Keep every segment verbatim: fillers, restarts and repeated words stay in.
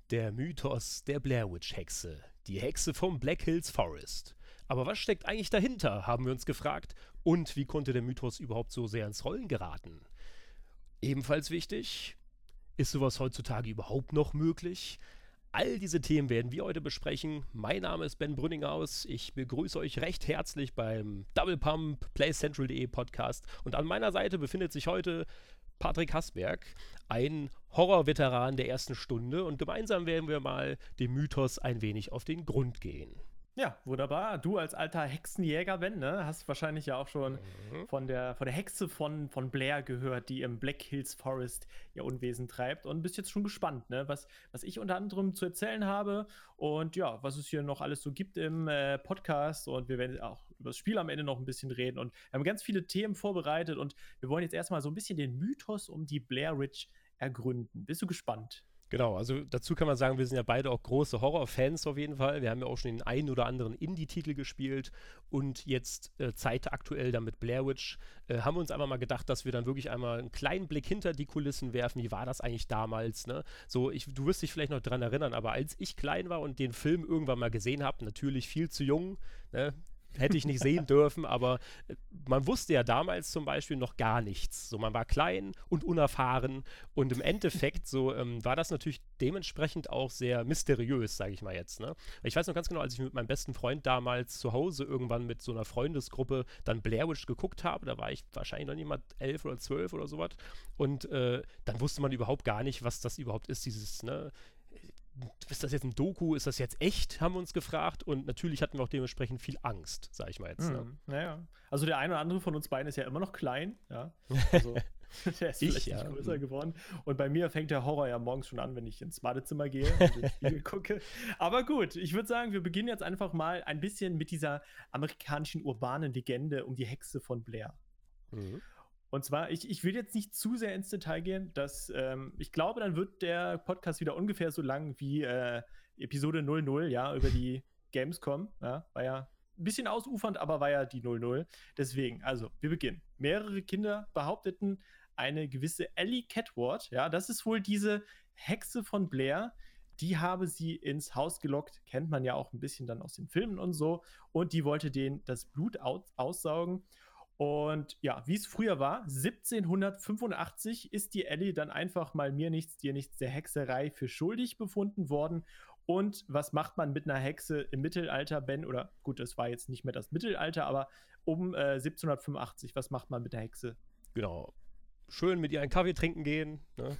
Der Mythos der Blair Witch Hexe. Die Hexe vom Black Hills Forest. Aber was steckt eigentlich dahinter, haben wir uns gefragt. Und wie konnte der Mythos überhaupt so sehr ins Rollen geraten? Ebenfalls wichtig, ist sowas heutzutage überhaupt noch möglich? All diese Themen werden wir heute besprechen. Mein Name ist Ben Brünninghaus. Ich begrüße euch recht herzlich beim Double Pump PlayCentral punkt de Podcast. Und an meiner Seite befindet sich heute Patrick Hasberg, ein Horrorveteran der ersten Stunde. Und gemeinsam werden wir mal dem Mythos ein wenig auf den Grund gehen. Ja, wunderbar. Du als alter Hexenjäger, Ben, ne, hast wahrscheinlich ja auch schon mhm. von, der, von der Hexe von, von Blair gehört, die im Black Hills Forest ihr Unwesen treibt, und bist jetzt schon gespannt, ne, was, was ich unter anderem zu erzählen habe und ja, was es hier noch alles so gibt im äh, Podcast, und wir werden auch über das Spiel am Ende noch ein bisschen reden, und wir haben ganz viele Themen vorbereitet, und wir wollen jetzt erstmal so ein bisschen den Mythos um die Blair Witch ergründen. Bist du gespannt? Genau, also dazu kann man sagen, wir sind ja beide auch große Horror-Fans auf jeden Fall. Wir haben ja auch schon den einen oder anderen Indie-Titel gespielt und jetzt äh, zeitaktuell dann mit Blair Witch äh, haben wir uns einfach mal gedacht, dass wir dann wirklich einmal einen kleinen Blick hinter die Kulissen werfen. Wie war das eigentlich damals, ne? So, ich, du wirst dich vielleicht noch dran erinnern, aber als ich klein war und den Film irgendwann mal gesehen habe, natürlich viel zu jung, ne? Hätte ich nicht sehen dürfen, aber man wusste ja damals zum Beispiel noch gar nichts. So, man war klein und unerfahren und im Endeffekt so ähm, war das natürlich dementsprechend auch sehr mysteriös, sage ich mal jetzt. Ne? Ich weiß noch ganz genau, als ich mit meinem besten Freund damals zu Hause irgendwann mit so einer Freundesgruppe dann Blair Witch geguckt habe, da war ich wahrscheinlich noch nicht mal elf oder zwölf oder sowas, und äh, dann wusste man überhaupt gar nicht, was das überhaupt ist, dieses, ne? Ist das jetzt ein Doku, ist das jetzt echt, haben wir uns gefragt, und natürlich hatten wir auch dementsprechend viel Angst, sag ich mal jetzt. Ne? Mhm. Naja, also der eine oder andere von uns beiden ist ja immer noch klein, ja, also der ist ich, vielleicht ja. nicht größer geworden, und bei mir fängt der Horror ja morgens schon an, wenn ich ins Badezimmer gehe und in den Spiegel gucke, aber gut, ich würde sagen, wir beginnen jetzt einfach mal ein bisschen mit dieser amerikanischen urbanen Legende um die Hexe von Blair. Mhm. Und zwar, ich, ich will jetzt nicht zu sehr ins Detail gehen, dass, ähm, ich glaube, dann wird der Podcast wieder ungefähr so lang wie äh, Episode null null, ja, über die Gamescom, ja, war ja ein bisschen ausufernd, aber war ja die null null. Deswegen, also, wir beginnen. Mehrere Kinder behaupteten, eine gewisse Ellie Catward, ja, das ist wohl diese Hexe von Blair, die habe sie ins Haus gelockt, kennt man ja auch ein bisschen dann aus den Filmen und so, und die wollte denen das Blut aus- aussaugen. Und ja, wie es früher war, siebzehnhundertfünfundachtzig ist die Ellie dann einfach mal mir nichts, dir nichts der Hexerei für schuldig befunden worden. Und was macht man mit einer Hexe im Mittelalter, Ben? Oder gut, das war jetzt nicht mehr das Mittelalter, aber um äh, siebzehnhundertfünfundachtzig, was macht man mit der Hexe? Genau. Schön mit ihr einen Kaffee trinken gehen. Ne?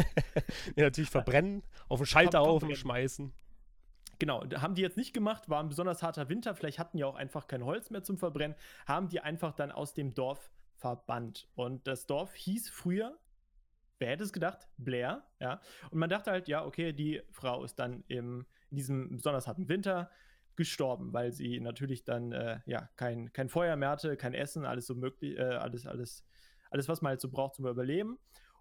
Ja, natürlich verbrennen, auf den Scheiterhaufen schmeißen. Genau, haben die jetzt nicht gemacht, war ein besonders harter Winter, vielleicht hatten die auch einfach kein Holz mehr zum Verbrennen, haben die einfach dann aus dem Dorf verbannt. Und das Dorf hieß früher, wer hätte es gedacht, Blair, ja. Und man dachte halt, ja, okay, die Frau ist dann im, in diesem besonders harten Winter gestorben, weil sie natürlich dann, äh, ja, kein, kein Feuer mehr hatte, kein Essen, alles so möglich, äh, alles, alles, alles, was man halt so braucht zum Überleben.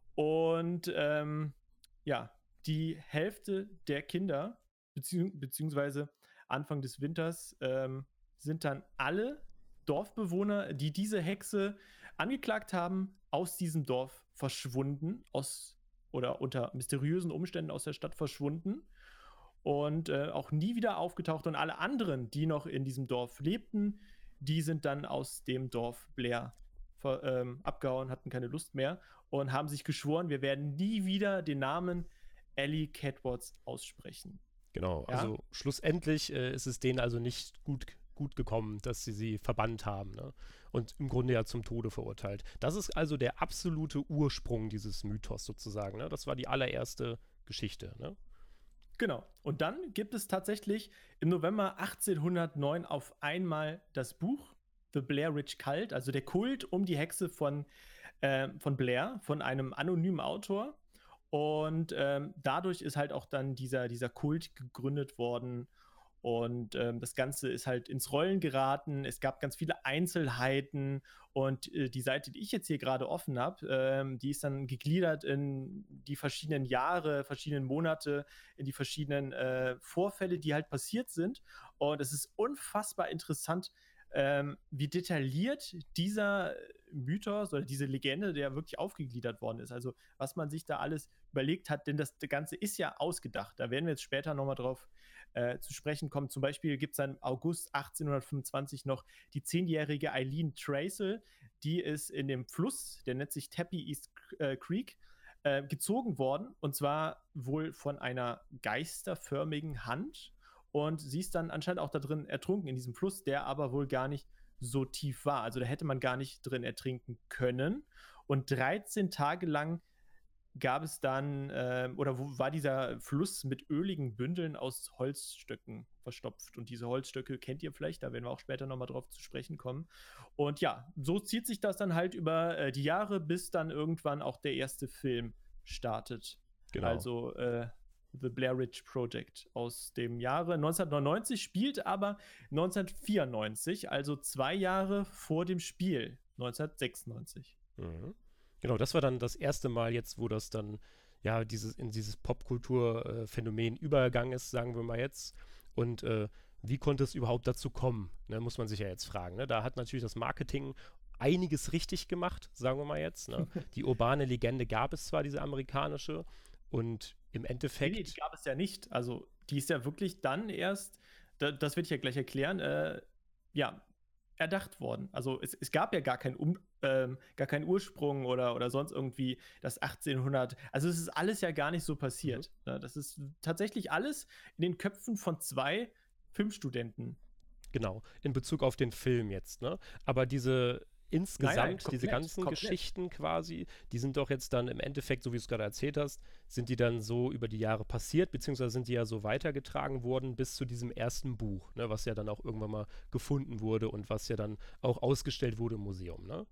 Und, ähm, ja, die Hälfte der Kinder Bezieh- beziehungsweise Anfang des Winters ähm, sind dann alle Dorfbewohner, die diese Hexe angeklagt haben, aus diesem Dorf verschwunden, aus oder unter mysteriösen Umständen aus der Stadt verschwunden und äh, auch nie wieder aufgetaucht. Und alle anderen, die noch in diesem Dorf lebten, die sind dann aus dem Dorf Blair ver- ähm, abgehauen, hatten keine Lust mehr und haben sich geschworen, wir werden nie wieder den Namen Ellie Catwards aussprechen. Genau, Ja? also schlussendlich äh, ist es denen also nicht gut, gut gekommen, dass sie sie verbannt haben, ne? Und im Grunde ja zum Tode verurteilt. Das ist also der absolute Ursprung dieses Mythos sozusagen, ne? Das war die allererste Geschichte, ne? Genau. Und dann gibt es tatsächlich im November achtzehnhundertneun auf einmal das Buch The Blair Witch Cult, also der Kult um die Hexe von, äh, von Blair, von einem anonymen Autor. Und ähm, dadurch ist halt auch dann dieser, dieser Kult gegründet worden. Und ähm, das Ganze ist halt ins Rollen geraten. Es gab ganz viele Einzelheiten. Und äh, die Seite, die ich jetzt hier gerade offen habe, ähm, die ist dann gegliedert in die verschiedenen Jahre, verschiedenen Monate, in die verschiedenen äh, Vorfälle, die halt passiert sind. Und es ist unfassbar interessant, ähm, wie detailliert dieser Mythos oder diese Legende, der wirklich aufgegliedert worden ist. Also was man sich da alles überlegt hat, denn das Ganze ist ja ausgedacht. Da werden wir jetzt später nochmal drauf äh, zu sprechen kommen. Zum Beispiel gibt es dann im August achtzehnhundertfünfundzwanzig noch die zehnjährige Eileen Tracel, die ist in dem Fluss, der nennt sich Tappy East äh, Creek, äh, gezogen worden, und zwar wohl von einer geisterförmigen Hand, und sie ist dann anscheinend auch da drin ertrunken in diesem Fluss, der aber wohl gar nicht so tief war. Also da hätte man gar nicht drin ertrinken können. Und dreizehn Tage lang gab es dann, äh, oder wo war dieser Fluss mit öligen Bündeln aus Holzstöcken verstopft. Und diese Holzstöcke kennt ihr vielleicht, da werden wir auch später nochmal drauf zu sprechen kommen. Und ja, so zieht sich das dann halt über äh, die Jahre, bis dann irgendwann auch der erste Film startet. Genau. Also äh, The Blair Witch Project aus dem Jahre neunzehnhundertneunundneunzig, spielt aber neunzehnhundertvierundneunzig, also zwei Jahre vor dem Spiel, neunzehnhundertsechsundneunzig. Mhm. Genau, das war dann das erste Mal jetzt, wo das dann ja dieses in dieses Popkultur-Phänomen übergegangen ist, sagen wir mal jetzt. Und äh, wie konnte es überhaupt dazu kommen? Ne, muss man sich ja jetzt fragen. Ne? Da hat natürlich das Marketing einiges richtig gemacht, sagen wir mal jetzt. Ne? Die urbane Legende gab es zwar, diese amerikanische, und im Endeffekt. Nee, die gab es ja nicht. Also, die ist ja wirklich dann erst, da, das werde ich ja gleich erklären, äh, ja, erdacht worden. Also, es, es gab ja gar keinen um, ähm, gar keinen Ursprung oder, oder sonst irgendwie das achtzehnhundert. Also, es ist alles ja gar nicht so passiert. Mhm. Ne? Das ist tatsächlich alles in den Köpfen von zwei Filmstudenten. Genau, in Bezug auf den Film jetzt, ne? Aber diese insgesamt, nein, nein, komplett, diese ganzen komplett. Geschichten quasi, die sind doch jetzt dann im Endeffekt, so wie du es gerade erzählt hast, sind die dann so über die Jahre passiert, beziehungsweise sind die ja so weitergetragen worden bis zu diesem ersten Buch, ne, was ja dann auch irgendwann mal gefunden wurde und was ja dann auch ausgestellt wurde im Museum, ne?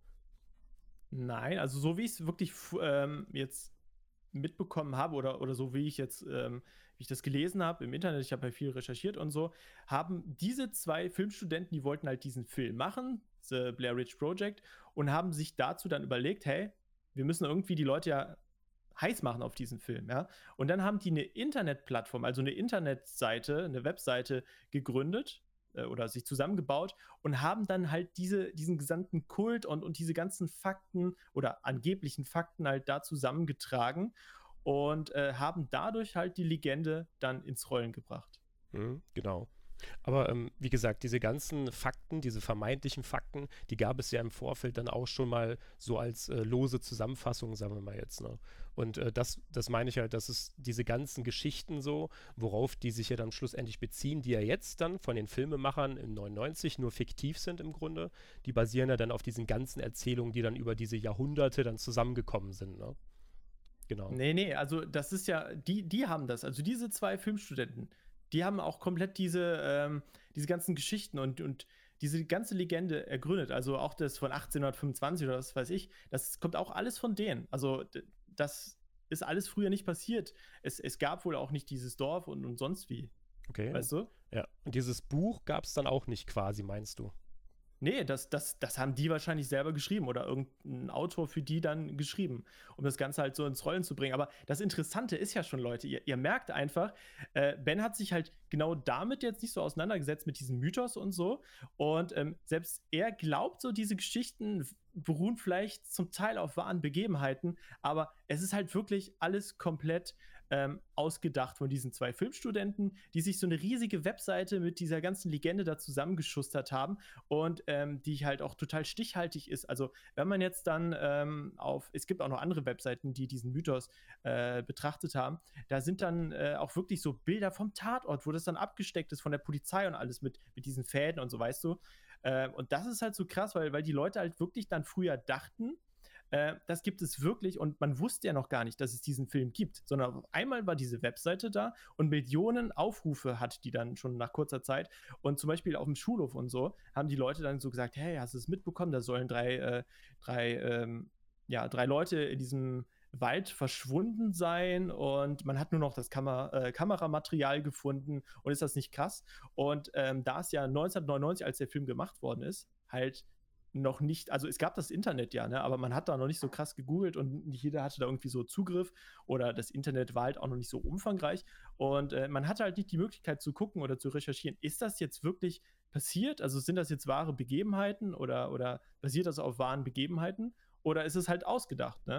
Nein, also so wie ich es wirklich ähm, jetzt mitbekommen habe oder, oder so wie ich jetzt ähm, wie ich das gelesen habe im Internet, ich habe ja viel recherchiert und so, haben diese zwei Filmstudenten, die wollten halt diesen Film machen, The Blair Witch Project, und haben sich dazu dann überlegt, hey, wir müssen irgendwie die Leute ja heiß machen auf diesen Film, ja. Und dann haben die eine Internetplattform, also eine Internetseite, eine Webseite gegründet äh, oder sich zusammengebaut und haben dann halt diese, diesen gesamten Kult und, und diese ganzen Fakten oder angeblichen Fakten halt da zusammengetragen und äh, haben dadurch halt die Legende dann ins Rollen gebracht. Mhm, genau. Aber ähm, wie gesagt, diese ganzen Fakten, diese vermeintlichen Fakten, die gab es ja im Vorfeld dann auch schon mal so als äh, lose Zusammenfassung, sagen wir mal jetzt. Ne? Und äh, das, das meine ich halt, dass es diese ganzen Geschichten so, worauf die sich ja dann schlussendlich beziehen, die ja jetzt dann von den Filmemachern im neunundneunzig nur fiktiv sind im Grunde, die basieren ja dann auf diesen ganzen Erzählungen, die dann über diese Jahrhunderte dann zusammengekommen sind. Ne? Genau. Nee, nee, also das ist ja, die, die haben das, also diese zwei Filmstudenten, die haben auch komplett diese, ähm, diese ganzen Geschichten und, und diese ganze Legende ergründet. Also auch das von achtzehnhundertfünfundzwanzig oder was weiß ich, das kommt auch alles von denen. Also das ist alles früher nicht passiert. Es, es gab wohl auch nicht dieses Dorf und, und sonst wie. Okay. Weißt du? Ja. Und dieses Buch gab es dann auch nicht quasi, meinst du? Nee, das, das, das haben die wahrscheinlich selber geschrieben oder irgendein Autor für die dann geschrieben, um das Ganze halt so ins Rollen zu bringen. Aber das Interessante ist ja schon, Leute, ihr, ihr merkt einfach, äh, Ben hat sich halt genau damit jetzt nicht so auseinandergesetzt mit diesem Mythos und so. Und ähm, selbst er glaubt so, diese Geschichten beruhen vielleicht zum Teil auf wahren Begebenheiten, aber es ist halt wirklich alles komplett ähm, ausgedacht von diesen zwei Filmstudenten, die sich so eine riesige Webseite mit dieser ganzen Legende da zusammengeschustert haben und ähm, die halt auch total stichhaltig ist. Also wenn man jetzt dann ähm, auf, es gibt auch noch andere Webseiten, die diesen Mythos äh, betrachtet haben, da sind dann äh, auch wirklich so Bilder vom Tatort, wo das dann abgesteckt ist von der Polizei und alles mit, mit diesen Fäden und so, weißt du. Äh, und das ist halt so krass, weil, weil die Leute halt wirklich dann früher dachten, Äh, das gibt es wirklich, und man wusste ja noch gar nicht, dass es diesen Film gibt, sondern auf einmal war diese Webseite da und Millionen Aufrufe hat die dann schon nach kurzer Zeit, und zum Beispiel auf dem Schulhof und so haben die Leute dann so gesagt, hey, hast du es mitbekommen, da sollen drei, äh, drei, ähm, ja, drei Leute in diesem Wald verschwunden sein und man hat nur noch das Kamer- äh, Kameramaterial gefunden, und ist das nicht krass? Und ähm, da es ja neunzehnhundertneunundneunzig, als der Film gemacht worden ist, halt noch nicht, also es gab das Internet ja, ne, aber man hat da noch nicht so krass gegoogelt und nicht jeder hatte da irgendwie so Zugriff, oder das Internet war halt auch noch nicht so umfangreich, und äh, man hatte halt nicht die Möglichkeit zu gucken oder zu recherchieren, ist das jetzt wirklich passiert? Also sind das jetzt wahre Begebenheiten oder, oder basiert das auf wahren Begebenheiten, oder ist es halt ausgedacht, ne?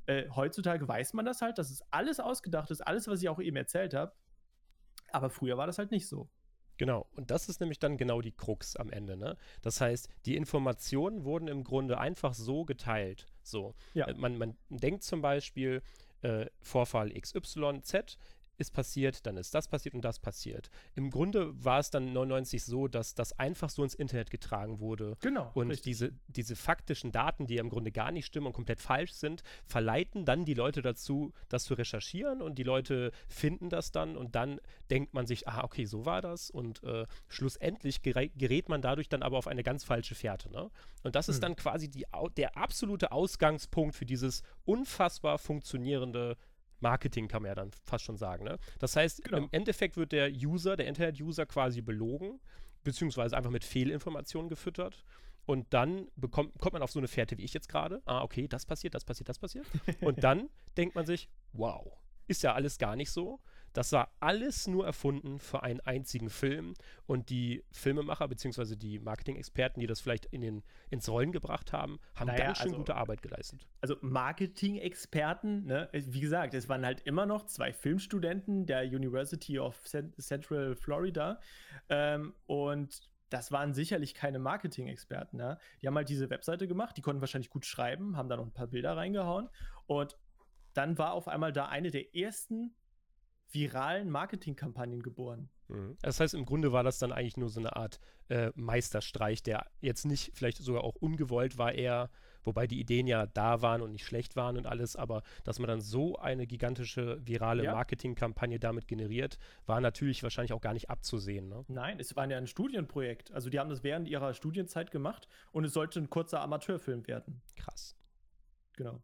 Äh, heutzutage weiß man das halt, dass es alles ausgedacht ist, alles, was ich auch eben erzählt habe. Aber früher war das halt nicht so. Genau, und das ist nämlich dann genau die Krux am Ende, ne? Das heißt, die Informationen wurden im Grunde einfach so geteilt. So, Ja. äh, man, man denkt zum Beispiel, äh, Vorfall X Y Z ist passiert, dann ist das passiert und das passiert. Im Grunde war es dann neunundneunzig so, dass das einfach so ins Internet getragen wurde. Genau, Und richtig. diese, diese faktischen Daten, die ja im Grunde gar nicht stimmen und komplett falsch sind, verleiten dann die Leute dazu, das zu recherchieren, und die Leute finden das dann, und dann denkt man sich, ah, okay, so war das, und äh, schlussendlich gerä gerät man dadurch dann aber auf eine ganz falsche Fährte, ne? Und das ist Hm. dann quasi die, der absolute Ausgangspunkt für dieses unfassbar funktionierende Marketing, kann man ja dann fast schon sagen, ne? Das heißt, Genau. im Endeffekt wird der User, der Internet-User quasi belogen, beziehungsweise einfach mit Fehlinformationen gefüttert. Und dann bekommt, kommt man auf so eine Fährte wie ich jetzt gerade. Ah, okay, das passiert, das passiert, das passiert. Und dann denkt man sich, wow, ist ja alles gar nicht so. Das war alles nur erfunden für einen einzigen Film. Und die Filmemacher beziehungsweise die Marketing-Experten, die das vielleicht in den, ins Rollen gebracht haben, haben Naja, ganz schön also- gute Arbeit geleistet. Also Marketing-Experten, ne? Wie gesagt, es waren halt immer noch zwei Filmstudenten der University of Cent- Central Florida. Ähm, und das waren sicherlich keine Marketing-Experten. Ne? Die haben halt diese Webseite gemacht, die konnten wahrscheinlich gut schreiben, haben da noch ein paar Bilder reingehauen. Und dann war auf einmal da eine der ersten viralen Marketingkampagnen geboren. Mhm. Das heißt, im Grunde war das dann eigentlich nur so eine Art äh, Meisterstreich, der jetzt nicht vielleicht sogar auch ungewollt war, eher, wobei die Ideen ja da waren und nicht schlecht waren und alles, aber dass man dann so eine gigantische virale Ja. Marketingkampagne damit generiert, war natürlich wahrscheinlich auch gar nicht abzusehen, ne? Nein, es war ja ein Studienprojekt. Also die haben das während ihrer Studienzeit gemacht und es sollte ein kurzer Amateurfilm werden. Krass. Genau.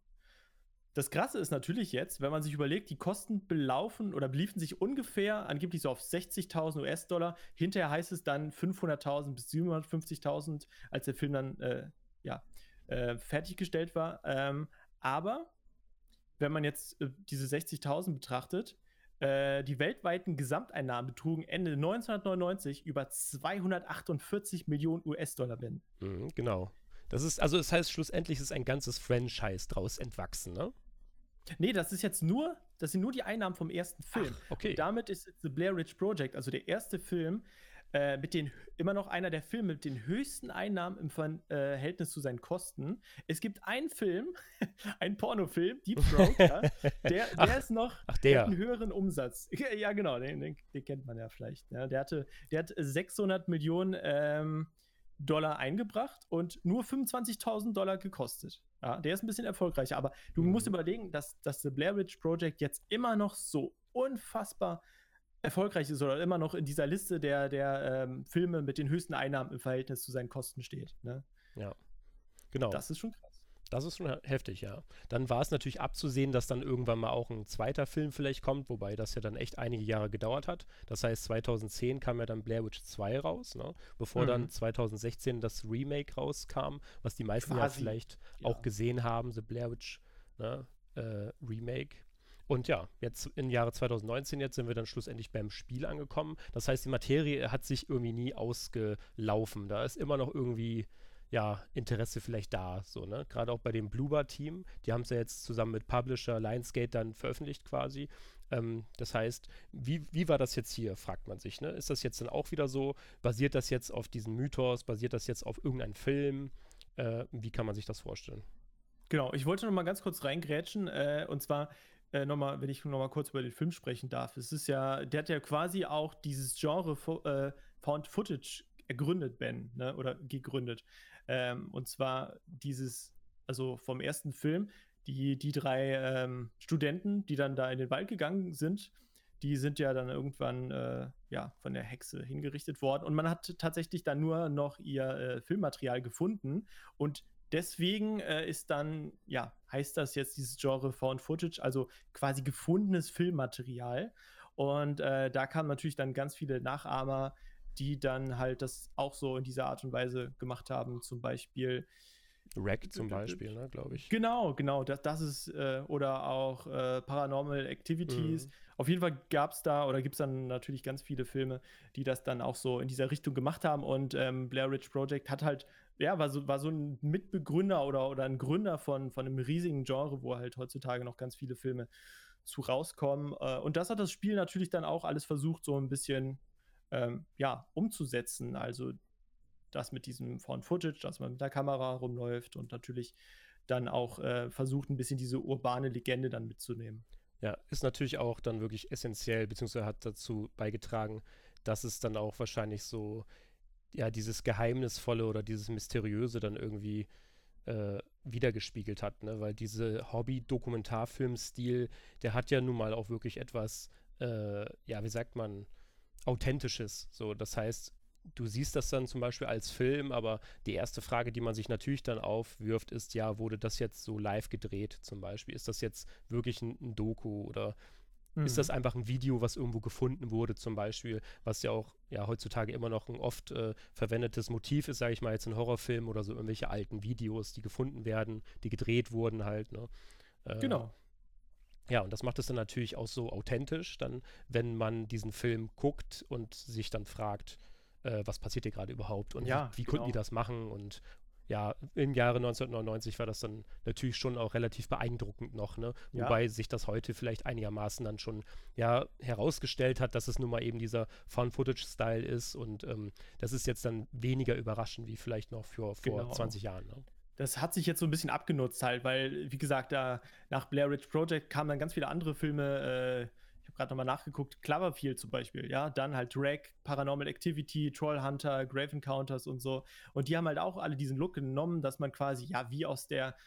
Das Krasse ist natürlich jetzt, wenn man sich überlegt, die Kosten belaufen oder beliefen sich ungefähr angeblich so auf sechzigtausend U S-Dollar. Hinterher heißt es dann fünfhunderttausend bis siebenhundertfünfzigtausend, als der Film dann äh, ja, äh, fertiggestellt war. Ähm, aber wenn man jetzt äh, diese sechzigtausend betrachtet, äh, die weltweiten Gesamteinnahmen betrugen Ende neunzehnhundertneunundneunzig über zweihundertachtundvierzig Millionen U S-Dollar. Ben. Mhm, genau. Das ist, also das heißt, schlussendlich ist ein ganzes Franchise draus entwachsen, ne? Nee, das ist jetzt nur, das sind nur die Einnahmen vom ersten Film. Ach, okay. Und damit ist jetzt The Blair Witch Project, also der erste Film, äh, mit den immer noch einer der Filme mit den höchsten Einnahmen im Verhältnis zu seinen Kosten. Es gibt einen Film, einen Pornofilm, Deep Throat, ja, der, der Ach, ist noch, ach, der der. hat einen höheren Umsatz. Ja, genau, den, den, den kennt man ja vielleicht. Ja. Der hatte, der hat sechshundert Millionen ähm, Dollar eingebracht und nur fünfundzwanzigtausend Dollar gekostet. Ja, der ist ein bisschen erfolgreicher, aber du Mhm. musst überlegen, dass das The Blair Witch Project jetzt immer noch so unfassbar erfolgreich ist oder immer noch in dieser Liste der, der ähm, Filme mit den höchsten Einnahmen im Verhältnis zu seinen Kosten steht. Ne? Ja, genau. Das ist schon krass. Das ist schon he- heftig, ja. Dann war es natürlich abzusehen, dass dann irgendwann mal auch ein zweiter Film vielleicht kommt, wobei das ja dann echt einige Jahre gedauert hat. Das heißt, zweitausendzehn kam ja dann Blair Witch zwei raus, ne? Bevor Mhm. dann zweitausendsechzehn das Remake rauskam, was die meisten ja Quasi, vielleicht ja. auch gesehen haben, The Blair Witch, ne? äh, Remake. Und ja, jetzt im Jahre zweitausendneunzehn, jetzt sind wir dann schlussendlich beim Spiel angekommen. Das heißt, die Materie hat sich irgendwie nie ausgelaufen. Da ist immer noch irgendwie, ja, Interesse vielleicht da, so, ne? Gerade auch bei dem Bloober-Team, die haben es ja jetzt zusammen mit Publisher Lionsgate dann veröffentlicht quasi. Ähm, das heißt, wie, wie war das jetzt hier, fragt man sich, ne? Ist das jetzt dann auch wieder so? Basiert das jetzt auf diesem Mythos? Basiert das jetzt auf irgendeinem Film? Äh, wie kann man sich das vorstellen? Genau, ich wollte noch mal ganz kurz reingrätschen, äh, und zwar äh, noch mal, wenn ich noch mal kurz über den Film sprechen darf. Es ist ja, der hat ja quasi auch dieses Genre Fo äh, Found Footage ergründet, Ben, ne? Oder gegründet. Ähm, und zwar dieses, also vom ersten Film, die, die drei ähm, Studenten, die dann da in den Wald gegangen sind, die sind ja dann irgendwann äh, ja, von der Hexe hingerichtet worden. Und man hat tatsächlich dann nur noch ihr äh, Filmmaterial gefunden. Und deswegen äh, ist dann, ja, heißt das jetzt dieses Genre Found Footage, also quasi gefundenes Filmmaterial. Und äh, da kamen natürlich dann ganz viele Nachahmer, die dann halt das auch so in dieser Art und Weise gemacht haben. Zum Beispiel Rack zum Beispiel, ne, glaube ich. Genau, genau, das, das ist, äh, oder auch äh, Paranormal Activities. Mhm. Auf jeden Fall gab es da oder gibt es dann natürlich ganz viele Filme, die das dann auch so in dieser Richtung gemacht haben. Und ähm, Blair Witch Project hat halt, ja, war so, war so ein Mitbegründer oder, oder ein Gründer von, von einem riesigen Genre, wo halt heutzutage noch ganz viele Filme zu rauskommen. Äh, und das hat das Spiel natürlich dann auch alles versucht, so ein bisschen ähm, ja, umzusetzen. Also das mit diesem Found Footage, dass man mit der Kamera rumläuft und natürlich dann auch äh, versucht, ein bisschen diese urbane Legende dann mitzunehmen. Ja, ist natürlich auch dann wirklich essentiell, beziehungsweise hat dazu beigetragen, dass es dann auch wahrscheinlich so, ja, dieses Geheimnisvolle oder dieses Mysteriöse dann irgendwie äh, wiedergespiegelt hat, ne? Weil diese Hobby-Dokumentarfilm-Stil, der hat ja nun mal auch wirklich etwas, äh, ja, wie sagt man, Authentisches. So, das heißt, du siehst das dann zum Beispiel als Film, aber die erste Frage, die man sich natürlich dann aufwirft, ist, ja, wurde das jetzt so live gedreht zum Beispiel? Ist das jetzt wirklich ein, ein Doku oder ist das Mhm. einfach ein Video, was irgendwo gefunden wurde zum Beispiel, was ja auch ja heutzutage immer noch ein oft äh, verwendetes Motiv ist, sage ich mal jetzt in Horrorfilmen oder so irgendwelche alten Videos, die gefunden werden, die gedreht wurden halt, ne? Äh, Genau. ja, und das macht es dann natürlich auch so authentisch, dann, wenn man diesen Film guckt und sich dann fragt, äh, was passiert hier gerade überhaupt und wie, Ja, wie konnten die genau. das machen und ja, im Jahre neunzehnhundertneunundneunzig war das dann natürlich schon auch relativ beeindruckend noch, ne? Ja, Wobei sich das heute vielleicht einigermaßen dann schon, ja, herausgestellt hat, dass es nun mal eben dieser Found-Footage-Style ist und ähm, das ist jetzt dann weniger überraschend wie vielleicht noch für, vor genau. zwanzig Jahren, ne? Das hat sich jetzt so ein bisschen abgenutzt halt, weil, wie gesagt, da nach Blair Witch Project kamen dann ganz viele andere Filme. Äh, ich habe gerade nochmal nachgeguckt, Cloverfield zum Beispiel, ja, dann halt Drag, Paranormal Activity, Trollhunter, Grave Encounters und so. Und die haben halt auch alle diesen Look genommen, dass man quasi, ja, wie aus der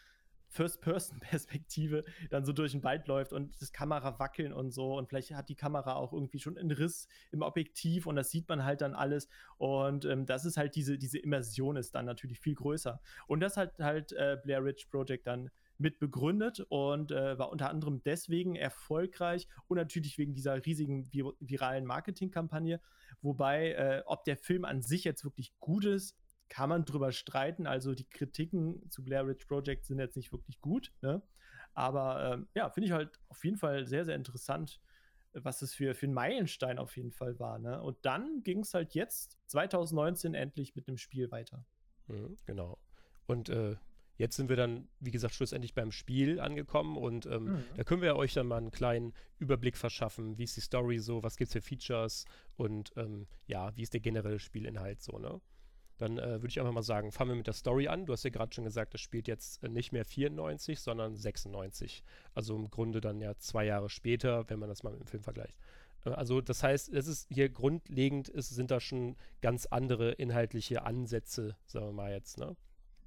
First-Person-Perspektive dann so durch den Wald läuft und das Kamera wackeln und so und vielleicht hat die Kamera auch irgendwie schon einen Riss im Objektiv und das sieht man halt dann alles und ähm, das ist halt diese, diese Immersion ist dann natürlich viel größer und das hat halt äh, Blair Witch Project dann mit begründet und äh, war unter anderem deswegen erfolgreich und natürlich wegen dieser riesigen vir viralen Marketingkampagne, wobei äh, ob der Film an sich jetzt wirklich gut ist, kann man drüber streiten. Also die Kritiken zu Blair Witch Project sind jetzt nicht wirklich gut, ne? Aber ähm, ja, finde ich halt auf jeden Fall sehr, sehr interessant, was es für, für ein Meilenstein auf jeden Fall war, ne? Und dann ging es halt jetzt, zwanzig neunzehn, endlich mit einem Spiel weiter. Mhm, genau. Und äh, jetzt sind wir dann, wie gesagt, schlussendlich beim Spiel angekommen und ähm, Mhm. da können wir euch dann mal einen kleinen Überblick verschaffen, wie ist die Story so, was gibt es für Features und ähm, ja, wie ist der generelle Spielinhalt so, ne? Dann äh, würde ich einfach mal sagen, fangen wir mit der Story an. Du hast ja gerade schon gesagt, das spielt jetzt äh, nicht mehr vierundneunzig, sondern sechsundneunzig. Also im Grunde dann ja zwei Jahre später, wenn man das mal mit dem Film vergleicht. Äh, also das heißt, es ist hier grundlegend, es sind da schon ganz andere inhaltliche Ansätze, sagen wir mal jetzt, ne?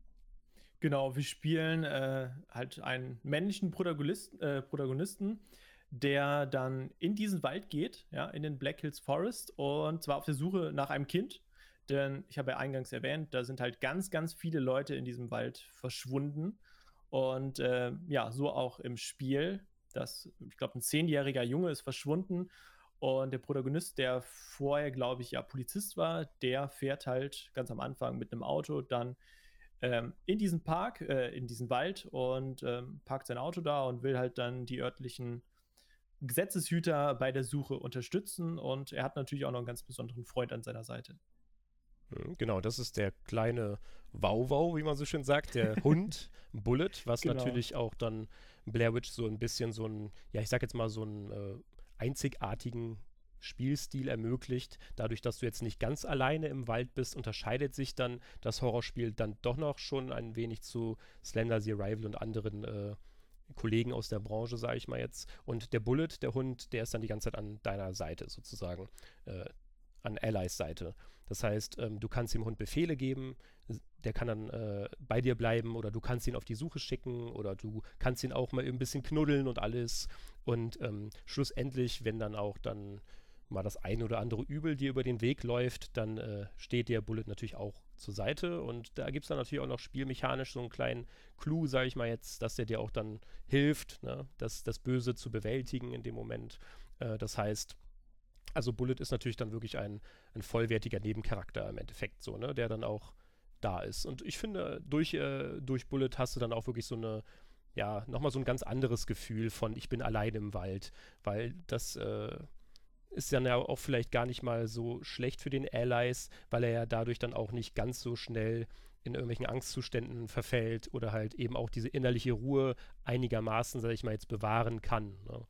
Genau, wir spielen äh, halt einen männlichen Protagonisten, äh, Protagonisten, der dann in diesen Wald geht, ja, in den Black Hills Forest und zwar auf der Suche nach einem Kind. Denn ich habe ja eingangs erwähnt, da sind halt ganz, ganz viele Leute in diesem Wald verschwunden. Und äh, ja, so auch im Spiel. Das, ich glaube, ein zehnjähriger Junge ist verschwunden. Und der Protagonist, der vorher, glaube ich, ja Polizist war, der fährt halt ganz am Anfang mit einem Auto dann ähm, in diesen Park, äh, in diesen Wald und ähm, parkt sein Auto da und will halt dann die örtlichen Gesetzeshüter bei der Suche unterstützen. Und er hat natürlich auch noch einen ganz besonderen Freund an seiner Seite. Mhm, genau, das ist der kleine Wauwau, wie man so schön sagt, der Hund, Bullet, was Genau. natürlich auch dann Blair Witch so ein bisschen so ein, ja, ich sag jetzt mal so einen äh, einzigartigen Spielstil ermöglicht. Dadurch, dass du jetzt nicht ganz alleine im Wald bist, unterscheidet sich dann das Horrorspiel dann doch noch schon ein wenig zu Slender, The Arrival und anderen äh, Kollegen aus der Branche, sage ich mal jetzt. Und der Bullet, der Hund, der ist dann die ganze Zeit an deiner Seite sozusagen, äh, an Allies Seite. Das heißt, ähm, du kannst dem Hund Befehle geben, der kann dann äh, bei dir bleiben oder du kannst ihn auf die Suche schicken oder du kannst ihn auch mal ein bisschen knuddeln und alles. Und ähm, schlussendlich, wenn dann auch dann mal das ein oder andere Übel dir über den Weg läuft, dann äh, steht der Bullet natürlich auch zur Seite und da gibt es dann natürlich auch noch spielmechanisch so einen kleinen Clou, sage ich mal jetzt, dass der dir auch dann hilft, ne, das, das Böse zu bewältigen in dem Moment. Äh, das heißt, also Bullet ist natürlich dann wirklich ein, ein vollwertiger Nebencharakter im Endeffekt so, ne, der dann auch da ist. Und ich finde, durch, äh, durch Bullet hast du dann auch wirklich so eine, ja, nochmal so ein ganz anderes Gefühl von ich bin allein im Wald, weil das äh, ist dann ja auch vielleicht gar nicht mal so schlecht für den Allies, weil er ja dadurch dann auch nicht ganz so schnell in irgendwelchen Angstzuständen verfällt oder halt eben auch diese innerliche Ruhe einigermaßen, sag ich mal, jetzt bewahren kann. Ne?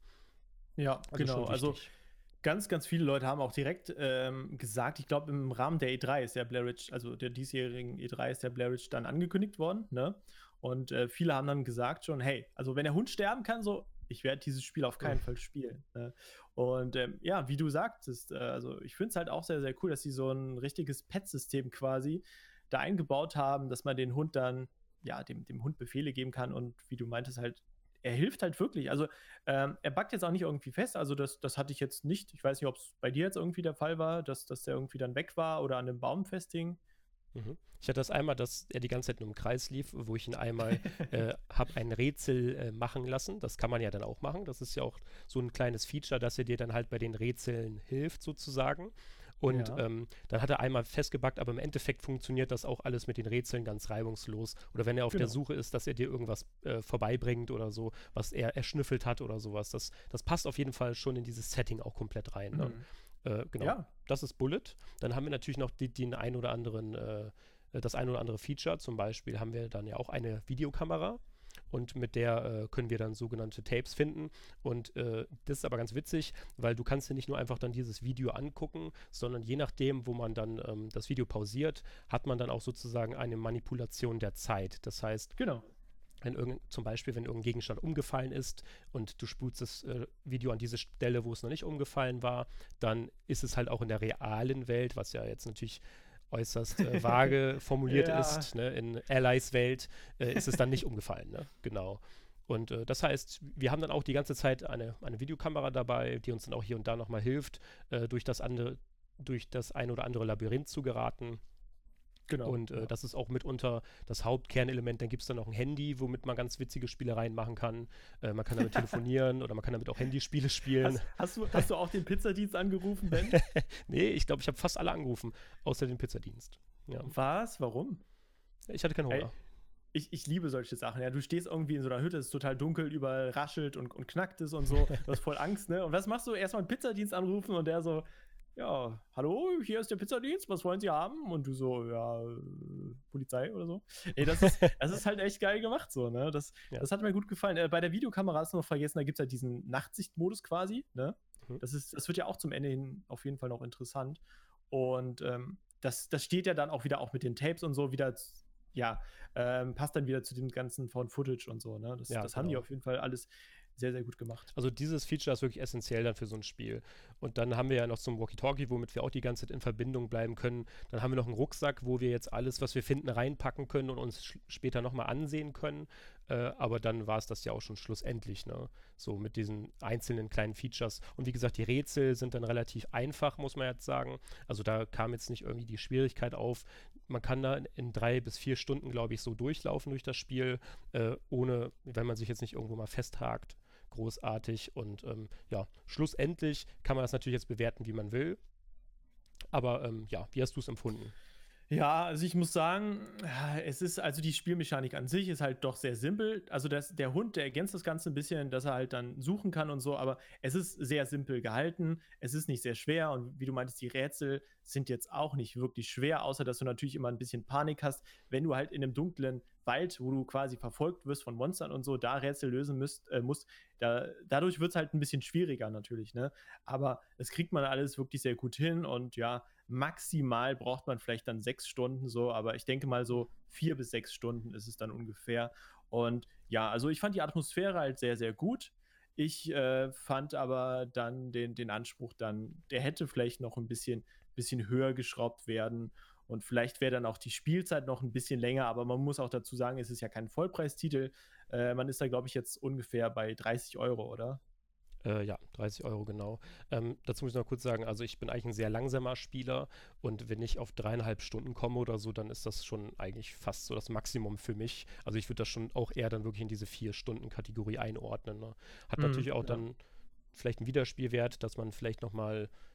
Ja, Also genau. schon Also wichtig. ganz, ganz viele Leute haben auch direkt ähm, gesagt, ich glaube, im Rahmen der E drei ist der Blair Witch, also der diesjährigen E drei ist der Blair Witch dann angekündigt worden, ne? Und äh, viele haben dann gesagt schon, hey, also wenn der Hund sterben kann, so, ich werde dieses Spiel auf keinen Fall spielen. Ne? Und ähm, ja, wie du sagtest, äh, also ich finde es halt auch sehr, sehr cool, dass sie so ein richtiges Pet-System quasi da eingebaut haben, dass man den Hund dann, ja, dem, dem Hund Befehle geben kann und wie du meintest, halt, er hilft halt wirklich. Also ähm, er backt jetzt auch nicht irgendwie fest, also das, das hatte ich jetzt nicht. Ich weiß nicht, ob es bei dir jetzt irgendwie der Fall war, dass, dass der irgendwie dann weg war oder an einem Baum festhing. Mhm. Ich hatte das einmal, dass er die ganze Zeit nur im Kreis lief, wo ich ihn einmal äh, habe ein Rätsel äh, machen lassen. Das kann man ja dann auch machen. Das ist ja auch so ein kleines Feature, dass er dir dann halt bei den Rätseln hilft sozusagen. Und Ja. ähm, dann hat er einmal festgebackt, aber im Endeffekt funktioniert das auch alles mit den Rätseln ganz reibungslos. Oder wenn er auf der Genau. Suche ist, dass er dir irgendwas äh, vorbeibringt oder so, was er erschnüffelt hat oder sowas. Das, das passt auf jeden Fall schon in dieses Setting auch komplett rein. Ne? Mhm. Äh, genau, Ja. das ist Bullet. Dann haben wir natürlich noch die, den ein oder anderen, äh, das ein oder andere Feature. Zum Beispiel haben wir dann ja auch eine Videokamera und mit der äh, können wir dann sogenannte Tapes finden. Und äh, das ist aber ganz witzig, weil du kannst dir nicht nur einfach dann dieses Video angucken, sondern je nachdem, wo man dann ähm, das Video pausiert, hat man dann auch sozusagen eine Manipulation der Zeit. Das heißt, Genau. wenn irgend, zum Beispiel, wenn irgendein Gegenstand umgefallen ist und du spulst das äh, Video an diese Stelle, wo es noch nicht umgefallen war, dann ist es halt auch in der realen Welt, was ja jetzt natürlich äußerst äh, vage formuliert Ja. ist, ne? In Allies Welt äh, ist es dann nicht umgefallen, ne? Genau. Und äh, das heißt, wir haben dann auch die ganze Zeit eine, eine Videokamera dabei, die uns dann auch hier und da nochmal hilft, äh, durch das andere, durch das ein oder andere Labyrinth zu geraten. Genau. Und äh, Ja. das ist auch mitunter das Hauptkernelement. Dann gibt es dann noch ein Handy, womit man ganz witzige Spielereien machen kann. Äh, man kann damit telefonieren oder man kann damit auch Handyspiele spielen. Hast, hast, du, hast du auch den Pizzadienst angerufen, Ben? Nee, ich glaube, ich habe fast alle angerufen, außer den Pizzadienst. Ja. Was? Warum? Ich hatte keinen Ey, Hunger. ich, ich liebe solche Sachen. Ja, du stehst irgendwie in so einer Hütte, es ist total dunkel, überall raschelt und, und knackt es und so. Du hast voll Angst, ne? Und was machst du? Erstmal einen Pizzadienst anrufen und der so, ja, hallo, hier ist der Pizzadienst, was wollen Sie haben? Und du so, ja, äh, Polizei oder so. Ey, das ist, das ist halt echt geil gemacht, so, ne? Das, Ja. das hat mir gut gefallen. Äh, bei der Videokamera hast du noch vergessen, da gibt es halt diesen Nachtsichtmodus quasi, ne? Mhm. Das, ist, das wird ja auch zum Ende hin auf jeden Fall noch interessant. Und ähm, das, das steht ja dann auch wieder auch mit den Tapes und so wieder, z- ja, ähm, passt dann wieder zu dem ganzen Found-Footage und so, ne? Das, Ja, das haben die genau. auf jeden Fall alles sehr, sehr gut gemacht. Also dieses Feature ist wirklich essentiell dann für so ein Spiel. Und dann haben wir ja noch so ein Walkie-Talkie, womit wir auch die ganze Zeit in Verbindung bleiben können. Dann haben wir noch einen Rucksack, wo wir jetzt alles, was wir finden, reinpacken können und uns sch- später nochmal ansehen können. Äh, aber dann war es das ja auch schon schlussendlich, ne? So mit diesen einzelnen kleinen Features. Und wie gesagt, die Rätsel sind dann relativ einfach, muss man jetzt sagen. Also da kam jetzt nicht irgendwie die Schwierigkeit auf. Man kann da in, in drei bis vier Stunden, glaube ich, so durchlaufen durch das Spiel, äh, ohne, wenn man sich jetzt nicht irgendwo mal festhakt, großartig. Und ähm, ja, schlussendlich kann man das natürlich jetzt bewerten, wie man will. Aber ähm, ja, wie hast du es empfunden? Ja, also ich muss sagen, es ist, also die Spielmechanik an sich ist halt doch sehr simpel. Also das, der Hund, der ergänzt das Ganze ein bisschen, dass er halt dann suchen kann und so, aber es ist sehr simpel gehalten. Es ist nicht sehr schwer und wie du meintest, die Rätsel sind jetzt auch nicht wirklich schwer, außer dass du natürlich immer ein bisschen Panik hast, wenn du halt in einem dunklen Wald, wo du quasi verfolgt wirst von Monstern und so, da Rätsel lösen müsst, äh, musst. Da, dadurch wird es halt ein bisschen schwieriger natürlich, ne? Aber das kriegt man alles wirklich sehr gut hin und ja, maximal braucht man vielleicht dann sechs Stunden so, aber ich denke mal so vier bis sechs Stunden ist es dann ungefähr. Und ja, also ich fand die Atmosphäre halt sehr, sehr gut. Ich äh, fand aber dann den, den Anspruch dann, der hätte vielleicht noch ein bisschen, bisschen höher geschraubt werden. Und vielleicht wäre dann auch die Spielzeit noch ein bisschen länger, aber man muss auch dazu sagen, es ist ja kein Vollpreistitel. Äh, man ist da, glaube ich, jetzt ungefähr bei dreißig Euro, oder? Äh, ja, dreißig Euro genau. Ähm, dazu muss ich noch kurz sagen, also ich bin eigentlich ein sehr langsamer Spieler und wenn ich auf dreieinhalb Stunden komme oder so, dann ist das schon eigentlich fast so das Maximum für mich. Also ich würde das schon auch eher dann wirklich in diese Vier-Stunden-Kategorie einordnen. Ne? Hat Mhm, natürlich auch ja. dann vielleicht einen Wiederspielwert, dass man vielleicht nochmal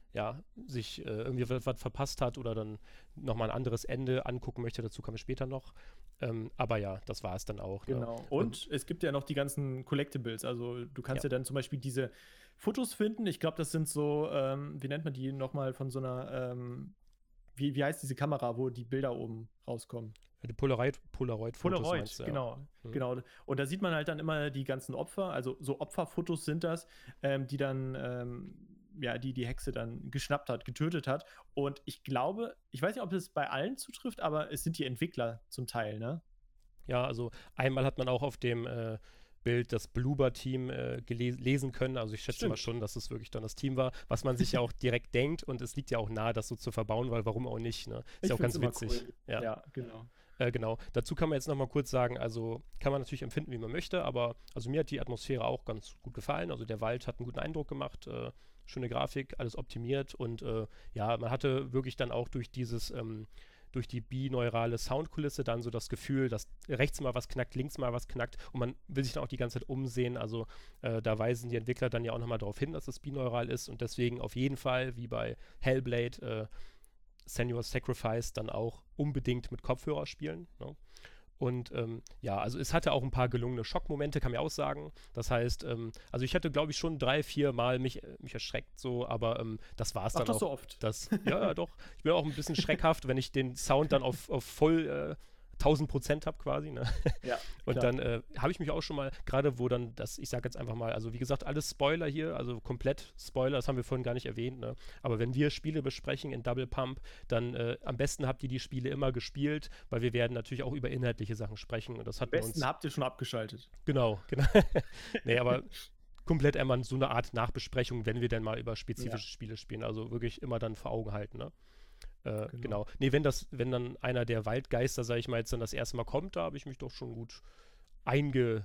ja, sich äh, irgendwie was, was verpasst hat oder dann nochmal ein anderes Ende angucken möchte. Dazu kommen wir später noch. Ähm, aber ja, das war es dann auch. Genau. Ne? Und, und es gibt ja noch die ganzen Collectibles. Also du kannst ja, ja dann zum Beispiel diese Fotos finden. Ich glaube, das sind so, ähm, wie nennt man die nochmal von so einer, ähm, wie, wie heißt diese Kamera, wo die Bilder oben rauskommen? Die Polaroid, Polaroid-Fotos Polaroid, meinst du, genau, ja. mhm. genau. Und da sieht man halt dann immer die ganzen Opfer, also so Opferfotos sind das, ähm, die dann, ähm, ja, die die Hexe dann geschnappt hat, getötet hat. Und ich glaube, ich weiß nicht, ob es bei allen zutrifft, aber es sind die Entwickler zum Teil, ne? Ja, also einmal hat man auch auf dem äh, Bild das Bloober-Team äh, lesen können. Also ich schätze Stimmt. mal schon, dass es wirklich dann das Team war, was man sich ja auch direkt denkt. Und es liegt ja auch nahe, das so zu verbauen, weil warum auch nicht, ne? Ist ja auch ganz witzig. Cool. Ja. ja, genau. Äh, genau. Dazu kann man jetzt noch mal kurz sagen, also kann man natürlich empfinden, wie man möchte, aber also mir hat die Atmosphäre auch ganz gut gefallen. Also der Wald hat einen guten Eindruck gemacht, äh, schöne Grafik, alles optimiert und äh, ja, man hatte wirklich dann auch durch dieses ähm, durch die bineurale Soundkulisse dann so das Gefühl, dass rechts mal was knackt, links mal was knackt und man will sich dann auch die ganze Zeit umsehen. Also äh, da weisen die Entwickler dann ja auch nochmal darauf hin, dass es bineural ist und deswegen auf jeden Fall, wie bei Hellblade, äh, Senua's Sacrifice dann auch unbedingt mit Kopfhörer spielen. Ne? Und ähm, ja, also es hatte auch ein paar gelungene Schockmomente, kann man auch sagen. Das heißt, ähm, also ich hatte, glaube ich, schon drei, vier Mal mich, mich erschreckt so, aber ähm, das war es dann Ach, das auch. so oft? Das, ja, ja, doch. Ich bin auch ein bisschen schreckhaft, wenn ich den Sound dann auf, auf voll äh, tausend Prozent habe quasi. Ne? Ja, und klar. dann äh, habe ich mich auch schon mal, gerade wo dann das, ich sage jetzt einfach mal, also wie gesagt, alles Spoiler hier, also komplett Spoiler, das haben wir vorhin gar nicht erwähnt, ne? Aber wenn wir Spiele besprechen in Double Pump, dann äh, am besten habt ihr die Spiele immer gespielt, weil wir werden natürlich auch über inhaltliche Sachen sprechen und das hat am besten uns, habt ihr schon abgeschaltet. Genau, genau. nee, aber komplett immer so eine Art Nachbesprechung, wenn wir dann mal über spezifische ja. Spiele spielen, also wirklich immer dann vor Augen halten, ne? Äh, genau. genau. Nee, wenn das, wenn dann einer der Waldgeister, sag ich mal, jetzt dann das erste Mal kommt, da habe ich mich doch schon gut eingemacht.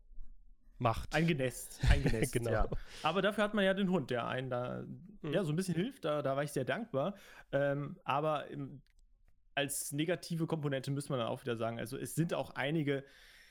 Eingenässt. Eingenässt, genau. Ja. Aber dafür hat man ja den Hund, der einen da mhm. ja, so ein bisschen hilft, da, da war ich sehr dankbar. Ähm, aber im, als negative Komponente müssen wir dann auch wieder sagen, also es sind auch einige,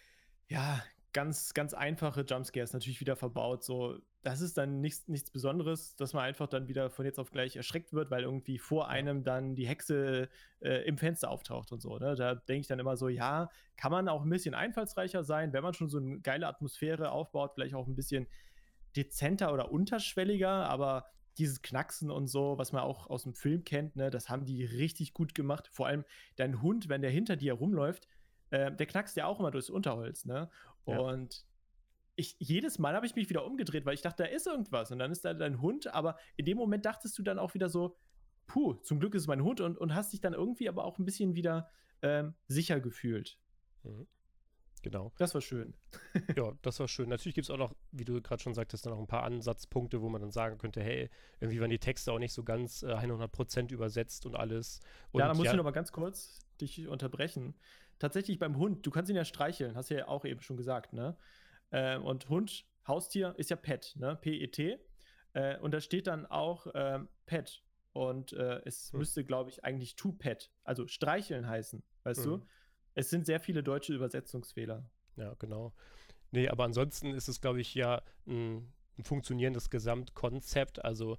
ja, ganz, ganz einfache Jumpscares natürlich wieder verbaut. So, das ist dann nichts, nichts Besonderes, dass man einfach dann wieder von jetzt auf gleich erschreckt wird, weil irgendwie vor einem dann die Hexe äh, im Fenster auftaucht und so. Ne? Da denke ich dann immer so, ja, kann man auch ein bisschen einfallsreicher sein, wenn man schon so eine geile Atmosphäre aufbaut, vielleicht auch ein bisschen dezenter oder unterschwelliger, aber dieses Knacksen und so, was man auch aus dem Film kennt, ne, das haben die richtig gut gemacht. Vor allem dein Hund, wenn der hinter dir rumläuft, äh, der knackst ja auch immer durchs Unterholz, ne? Ja. Und ich, jedes Mal habe ich mich wieder umgedreht, weil ich dachte, da ist irgendwas. Und dann ist da dein Hund, aber in dem Moment dachtest du dann auch wieder so, puh, zum Glück ist es mein Hund und, und hast dich dann irgendwie aber auch ein bisschen wieder ähm, sicher gefühlt. Mhm. Genau. Das war schön. Ja, das war schön. Natürlich gibt es auch noch, wie du gerade schon sagtest, noch ein paar Ansatzpunkte, wo man dann sagen könnte, hey, irgendwie waren die Texte auch nicht so ganz äh, hundert Prozent übersetzt und alles. Und ja, da muss ja, ich noch mal ganz kurz dich unterbrechen. Tatsächlich beim Hund, du kannst ihn ja streicheln, hast du ja auch eben schon gesagt, ne? Äh, und Hund, Haustier ist ja Pet, ne? P E T. Äh, und da steht dann auch ähm, Pet. Und äh, es hm. müsste, glaube ich, eigentlich To Pet, also streicheln heißen, weißt hm. du? Es sind sehr viele deutsche Übersetzungsfehler. Ja, genau. Nee, aber ansonsten ist es, glaube ich, ja ein, ein funktionierendes Gesamtkonzept. Also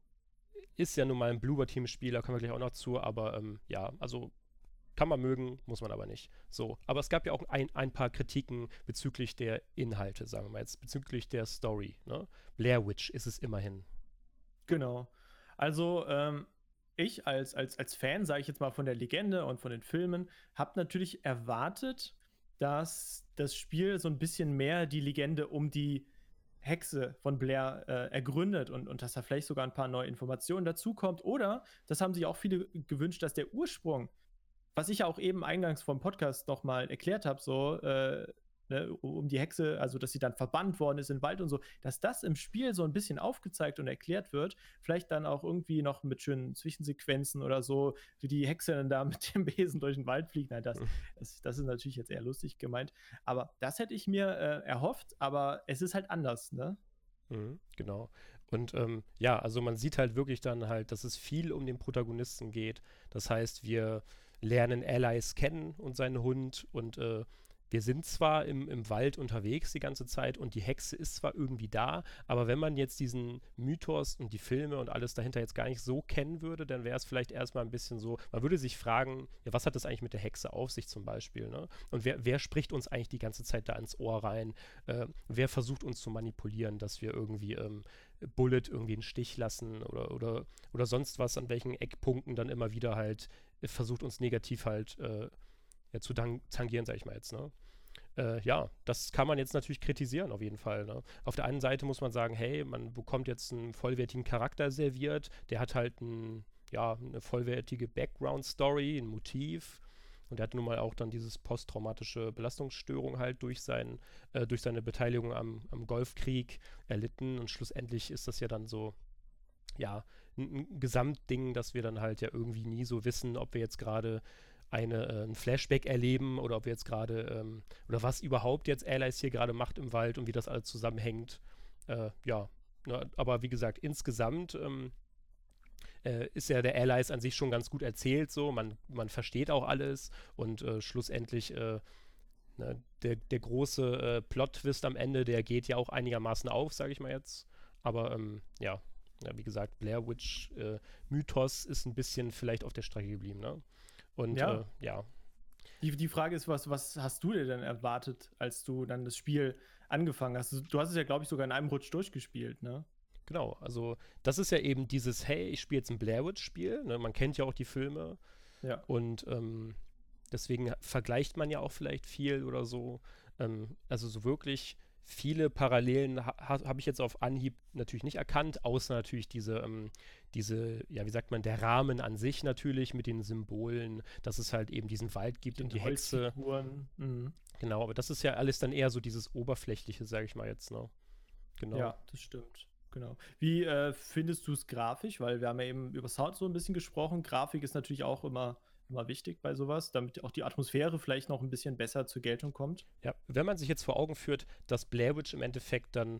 ist ja nun mal ein Bloober-Team-Spiel, da kommen wir gleich auch noch zu, aber ähm, ja, also kann man mögen, muss man aber nicht. So, aber es gab ja auch ein, ein paar Kritiken bezüglich der Inhalte, sagen wir mal jetzt, bezüglich der Story. Ne? Blair Witch ist es immerhin. Genau. Also, ähm, ich als, als, als Fan, sage ich jetzt mal von der Legende und von den Filmen, habe natürlich erwartet, dass das Spiel so ein bisschen mehr die Legende um die Hexe von Blair äh, ergründet und, und dass da vielleicht sogar ein paar neue Informationen dazukommt. Oder, das haben sich auch viele gewünscht, dass der Ursprung, was ich ja auch eben eingangs vom Podcast nochmal erklärt habe, so äh, ne, um die Hexe, also dass sie dann verbannt worden ist in den Wald und so, dass das im Spiel so ein bisschen aufgezeigt und erklärt wird, vielleicht dann auch irgendwie noch mit schönen Zwischensequenzen oder so, wie die Hexe dann da mit dem Besen durch den Wald fliegt. Nein, das, das, das ist natürlich jetzt eher lustig gemeint, aber das hätte ich mir äh, erhofft, aber es ist halt anders, ne? Mhm, genau. Und ähm, ja, also man sieht halt wirklich dann halt, dass es viel um den Protagonisten geht. Das heißt, wir lernen Allies kennen und seinen Hund und äh, wir sind zwar im, im Wald unterwegs die ganze Zeit und die Hexe ist zwar irgendwie da, aber wenn man jetzt diesen Mythos und die Filme und alles dahinter jetzt gar nicht so kennen würde, dann wäre es vielleicht erstmal ein bisschen so, man würde sich fragen, ja, was hat das eigentlich mit der Hexe auf sich zum Beispiel, ne? Und wer, wer spricht uns eigentlich die ganze Zeit da ins Ohr rein? Äh, wer versucht uns zu manipulieren, dass wir irgendwie ähm, Bullet irgendwie einen Stich lassen oder, oder, oder sonst was, an welchen Eckpunkten dann immer wieder halt äh, versucht uns negativ halt äh, ja, zu tang- tangieren, sag ich mal jetzt, ne? Äh, ja, das kann man jetzt natürlich kritisieren, auf jeden Fall, ne? Auf der einen Seite muss man sagen, hey, man bekommt jetzt einen vollwertigen Charakter serviert, der hat halt ein, ja, eine vollwertige Background-Story, ein Motiv und der hat nun mal auch dann dieses posttraumatische Belastungsstörung halt durch, sein, äh, durch seine Beteiligung am, am Golfkrieg erlitten und schlussendlich ist das ja dann so, ja, ein, ein Gesamtding, dass wir dann halt ja irgendwie nie so wissen, ob wir jetzt gerade eine, äh, ein Flashback erleben oder ob wir jetzt gerade, ähm, oder was überhaupt jetzt Allies hier gerade macht im Wald und wie das alles zusammenhängt. Äh, ja, ne, aber wie gesagt, insgesamt ähm, äh, ist ja der Allies an sich schon ganz gut erzählt, so, man, man versteht auch alles und äh, schlussendlich äh, ne, der, der große äh, Plot-Twist am Ende, der geht ja auch einigermaßen auf, sage ich mal jetzt. Aber ähm, ja, ja, wie gesagt, Blair Witch äh, Mythos ist ein bisschen vielleicht auf der Strecke geblieben, ne? Und Ja. äh, ja. Die, die Frage ist, was, was hast du dir denn erwartet, als du dann das Spiel angefangen hast? Du, du hast es ja, glaube ich, sogar in einem Rutsch durchgespielt, ne? Genau, also das ist ja eben dieses, hey, ich spiele jetzt ein Blair Witch-Spiel, ne? Man kennt ja auch die Filme Ja. und ähm, deswegen vergleicht man ja auch vielleicht viel oder so. Ähm, also so wirklich viele Parallelen ha habe ich jetzt auf Anhieb natürlich nicht erkannt, außer natürlich diese, ähm, diese, ja, wie sagt man, der Rahmen an sich natürlich mit den Symbolen, dass es halt eben diesen Wald gibt und die Hexe. Mhm. Genau, aber das ist ja alles dann eher so dieses Oberflächliche, sage ich mal jetzt, ne? Genau. Ja, das stimmt. Genau. Wie äh, findest du es grafisch? Weil wir haben ja eben über Sound so ein bisschen gesprochen. Grafik ist natürlich auch immer, immer wichtig bei sowas, damit auch die Atmosphäre vielleicht noch ein bisschen besser zur Geltung kommt. Ja, wenn man sich jetzt vor Augen führt, dass Blair Witch im Endeffekt dann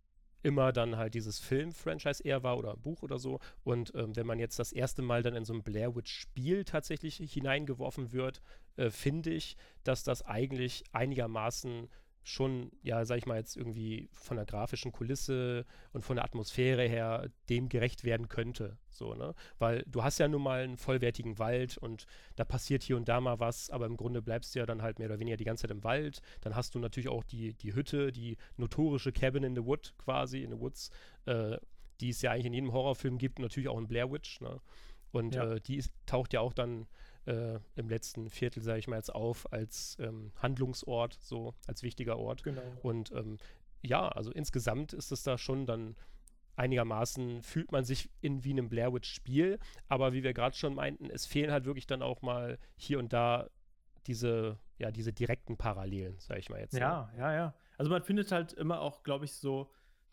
immer dann halt dieses Film-Franchise eher war oder ein Buch oder so. Und ähm, wenn man jetzt das erste Mal dann in so ein Blair Witch-Spiel tatsächlich hineingeworfen wird, äh, finde ich, dass das eigentlich einigermaßen schon, ja, sag ich mal jetzt irgendwie von der grafischen Kulisse und von der Atmosphäre her dem gerecht werden könnte, so, ne? Weil du hast ja nun mal einen vollwertigen Wald und da passiert hier und da mal was, aber im Grunde bleibst du ja dann halt mehr oder weniger die ganze Zeit im Wald. Dann hast du natürlich auch die, die Hütte, die notorische Cabin in the Wood quasi, in the Woods, äh, die es ja eigentlich in jedem Horrorfilm gibt, natürlich auch in Blair Witch, ne? Und Ja. äh, die ist, taucht ja auch dann äh, im letzten Viertel, sage ich mal jetzt, auf als ähm, Handlungsort, so als wichtiger Ort. Genau. Und ähm, ja, also insgesamt ist es da schon dann einigermaßen, fühlt man sich in wie einem Blair Witch-Spiel, aber wie wir gerade schon meinten, es fehlen halt wirklich dann auch mal hier und da diese, ja, diese direkten Parallelen, sage ich mal jetzt. Ja, Ne? ja, ja. Also man findet halt immer auch, glaube ich, so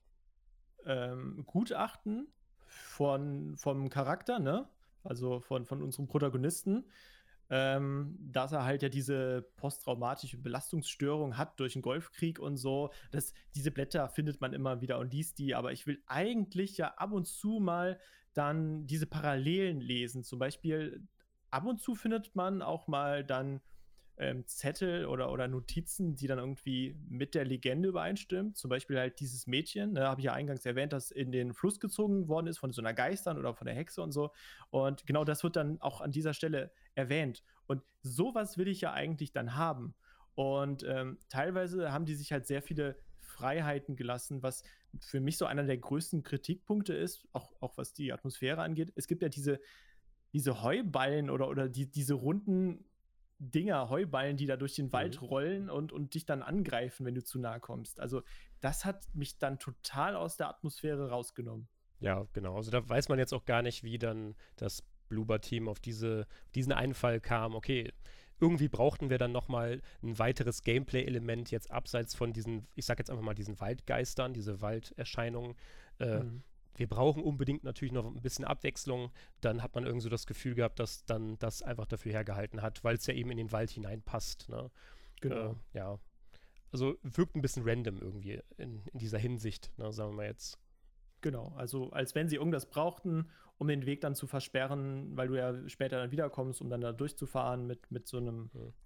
ähm, Gutachten von, vom Charakter, ne? Also von, von unserem Protagonisten, ähm, dass er halt ja diese posttraumatische Belastungsstörung hat durch den Golfkrieg und so. Das, diese Blätter findet man immer wieder und liest die, aber ich will eigentlich ja ab und zu mal dann diese Parallelen lesen. Zum Beispiel ab und zu findet man auch mal dann ähm, Zettel oder, oder Notizen, die dann irgendwie mit der Legende übereinstimmen. Zum Beispiel halt dieses Mädchen, ne, habe ich ja eingangs erwähnt, das in den Fluss gezogen worden ist von so einer Geistern oder von der Hexe und so. Und genau das wird dann auch an dieser Stelle erwähnt. Und sowas will ich ja eigentlich dann haben. Und ähm, teilweise haben die sich halt sehr viele Freiheiten gelassen, was für mich so einer der größten Kritikpunkte ist, auch, auch was die Atmosphäre angeht. Es gibt ja diese, diese Heuballen oder, oder die, diese runden Dinger, Heuballen, die da durch den Wald Mhm. rollen und, und dich dann angreifen, wenn du zu nahe kommst. Also das hat mich dann total aus der Atmosphäre rausgenommen. Ja, genau. Also da weiß man jetzt auch gar nicht, wie dann das Bloober-Team auf diese, diesen Einfall kam. Okay, irgendwie brauchten wir dann nochmal ein weiteres Gameplay-Element jetzt abseits von diesen, ich sag jetzt einfach mal diesen Waldgeistern, diese Walderscheinungen. Äh, Mhm. Wir brauchen unbedingt natürlich noch ein bisschen Abwechslung. Dann hat man irgendwie so das Gefühl gehabt, dass dann das einfach dafür hergehalten hat, weil es ja eben in den Wald hineinpasst. Ne? Genau. Äh, ja. Also wirkt ein bisschen random irgendwie in, in dieser Hinsicht, ne, sagen wir mal jetzt. Genau, also als wenn sie irgendwas brauchten, um den Weg dann zu versperren, weil du ja später dann wiederkommst, um dann da durchzufahren mit, mit so einem Hm.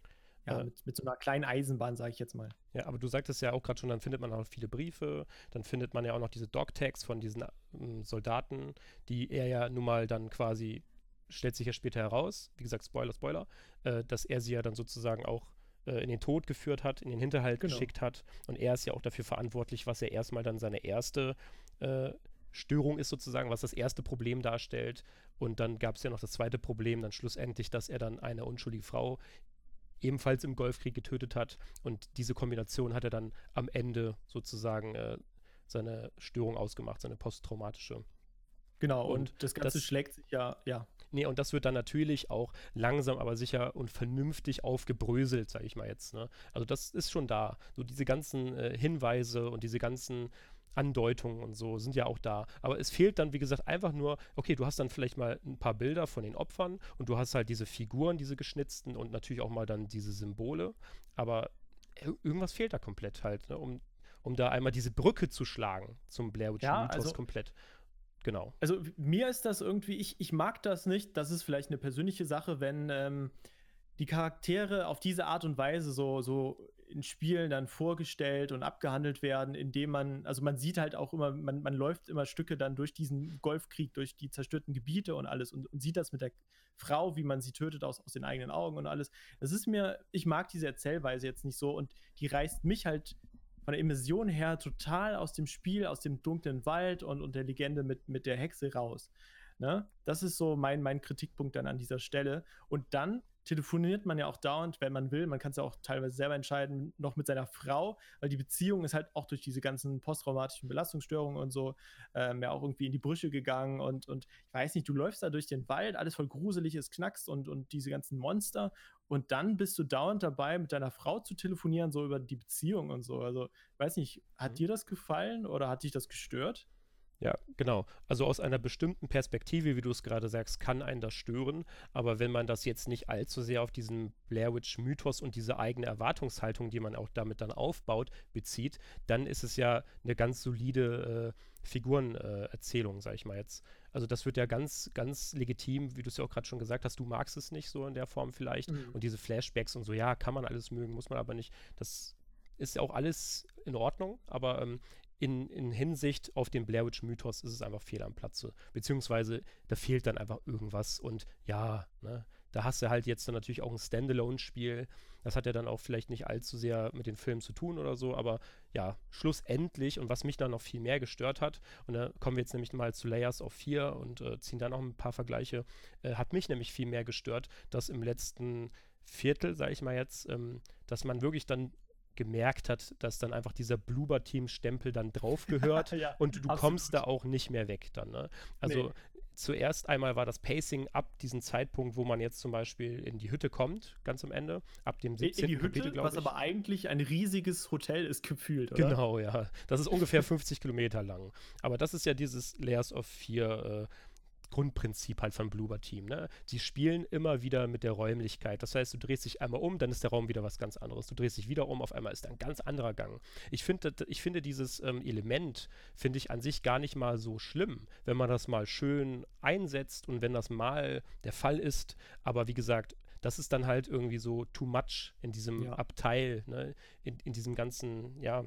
ja, Äh, mit, mit so einer kleinen Eisenbahn, sage ich jetzt mal. Ja, aber du sagtest ja auch gerade schon, dann findet man auch viele Briefe, dann findet man ja auch noch diese Dog-Tags von diesen ähm, Soldaten, die er ja nun mal dann quasi, stellt sich ja später heraus, wie gesagt, Spoiler, Spoiler, äh, dass er sie ja dann sozusagen auch äh, in den Tod geführt hat, in den Hinterhalt Genau. geschickt hat und er ist ja auch dafür verantwortlich, was ja erstmal dann seine erste äh, Störung ist sozusagen, was das erste Problem darstellt und dann gab es ja noch das zweite Problem, dann schlussendlich, dass er dann eine unschuldige Frau ebenfalls im Golfkrieg getötet hat. Und diese Kombination hat er dann am Ende sozusagen äh, seine Störung ausgemacht, seine posttraumatische. Genau, und, Und das Ganze das, schlägt sich ja, ja. nee, und das wird dann natürlich auch langsam, aber sicher und vernünftig aufgebröselt, sage ich mal jetzt. Ne? Also das ist schon da. So diese ganzen äh, Hinweise und diese ganzen Andeutungen und so sind ja auch da. Aber es fehlt dann, wie gesagt, einfach nur, okay, du hast dann vielleicht mal ein paar Bilder von den Opfern und du hast halt diese Figuren, diese geschnitzten und natürlich auch mal dann diese Symbole. Aber ir- irgendwas fehlt da komplett halt, ne? um, um da einmal diese Brücke zu schlagen zum Blair Witch Ja, Mythos also komplett. Genau. Also w- mir ist das irgendwie, ich, ich mag das nicht. Das ist vielleicht eine persönliche Sache, wenn ähm, die Charaktere auf diese Art und Weise so, so in Spielen dann vorgestellt und abgehandelt werden, indem man, also man sieht halt auch immer, man, man läuft immer Stücke dann durch diesen Golfkrieg, durch die zerstörten Gebiete und alles und, und sieht das mit der Frau, wie man sie tötet, aus, aus den eigenen Augen und alles. Das ist mir, ich mag diese Erzählweise jetzt nicht so und die reißt mich halt von der Immersion her total aus dem Spiel, aus dem dunklen Wald und, und der Legende mit, mit der Hexe raus. Ne? Das ist so mein, mein Kritikpunkt dann an dieser Stelle. Und dann telefoniert man ja auch dauernd, wenn man will. Man kann es ja auch teilweise selber entscheiden, noch mit seiner Frau, weil die Beziehung ist halt auch durch diese ganzen posttraumatischen Belastungsstörungen und so ähm, ja auch irgendwie in die Brüche gegangen. Und, und ich weiß nicht, du läufst da durch den Wald, alles voll gruselig, es knackst und, und diese ganzen Monster. Und dann bist du dauernd dabei, mit deiner Frau zu telefonieren, so über die Beziehung und so. Also, weiß nicht, hat Mhm. dir das gefallen oder hat dich das gestört? Ja, genau. Also aus einer bestimmten Perspektive, wie du es gerade sagst, kann einen das stören. Aber wenn man das jetzt nicht allzu sehr auf diesen Blair Witch Mythos und diese eigene Erwartungshaltung, die man auch damit dann aufbaut, bezieht, dann ist es ja eine ganz solide äh, Figurenerzählung, äh, sag ich mal jetzt. Also das wird ja ganz, ganz legitim, wie du es ja auch gerade schon gesagt hast, du magst es nicht so in der Form vielleicht. Mhm. Und diese Flashbacks und so, ja, kann man alles mögen, muss man aber nicht. Das ist ja auch alles in Ordnung, aber ähm, in, in Hinsicht auf den Blair Witch Mythos ist es einfach fehl am Platze. Beziehungsweise da fehlt dann einfach irgendwas und ja, ne, da hast du halt jetzt dann natürlich auch ein Standalone-Spiel. Das hat ja dann auch vielleicht nicht allzu sehr mit den Filmen zu tun oder so, aber ja, schlussendlich und was mich dann noch viel mehr gestört hat, und da kommen wir jetzt nämlich mal zu Layers of Fear und äh, ziehen dann noch ein paar Vergleiche, äh, hat mich nämlich viel mehr gestört, dass im letzten Viertel, sage ich mal jetzt, ähm, dass man wirklich dann gemerkt hat, dass dann einfach dieser Bloober-Team-Stempel dann drauf gehört Ja, und du absolut. kommst da auch nicht mehr weg dann. Ne? Also Nee. zuerst einmal war das Pacing ab diesem Zeitpunkt, wo man jetzt zum Beispiel in die Hütte kommt, ganz am Ende, ab dem In siebzehnten die Hütte, Kapitel, glaube was ich. aber eigentlich ein riesiges Hotel ist, gefühlt, oder? Genau, ja. Das ist ungefähr fünfzig Kilometer lang. Aber das ist ja dieses Layers of Fear äh, Grundprinzip halt von Bloober Team, ne? Sie spielen immer wieder mit der Räumlichkeit. Das heißt, du drehst dich einmal um, dann ist der Raum wieder was ganz anderes. Du drehst dich wieder um, auf einmal ist da ein ganz anderer Gang. Ich, find, das- ich finde dieses ähm, Element, finde ich an sich gar nicht mal so schlimm, wenn man das mal schön einsetzt und wenn das mal der Fall ist. Aber wie gesagt, das ist dann halt irgendwie so too much in diesem Ja. Abteil, ne? In, in diesem ganzen, ja,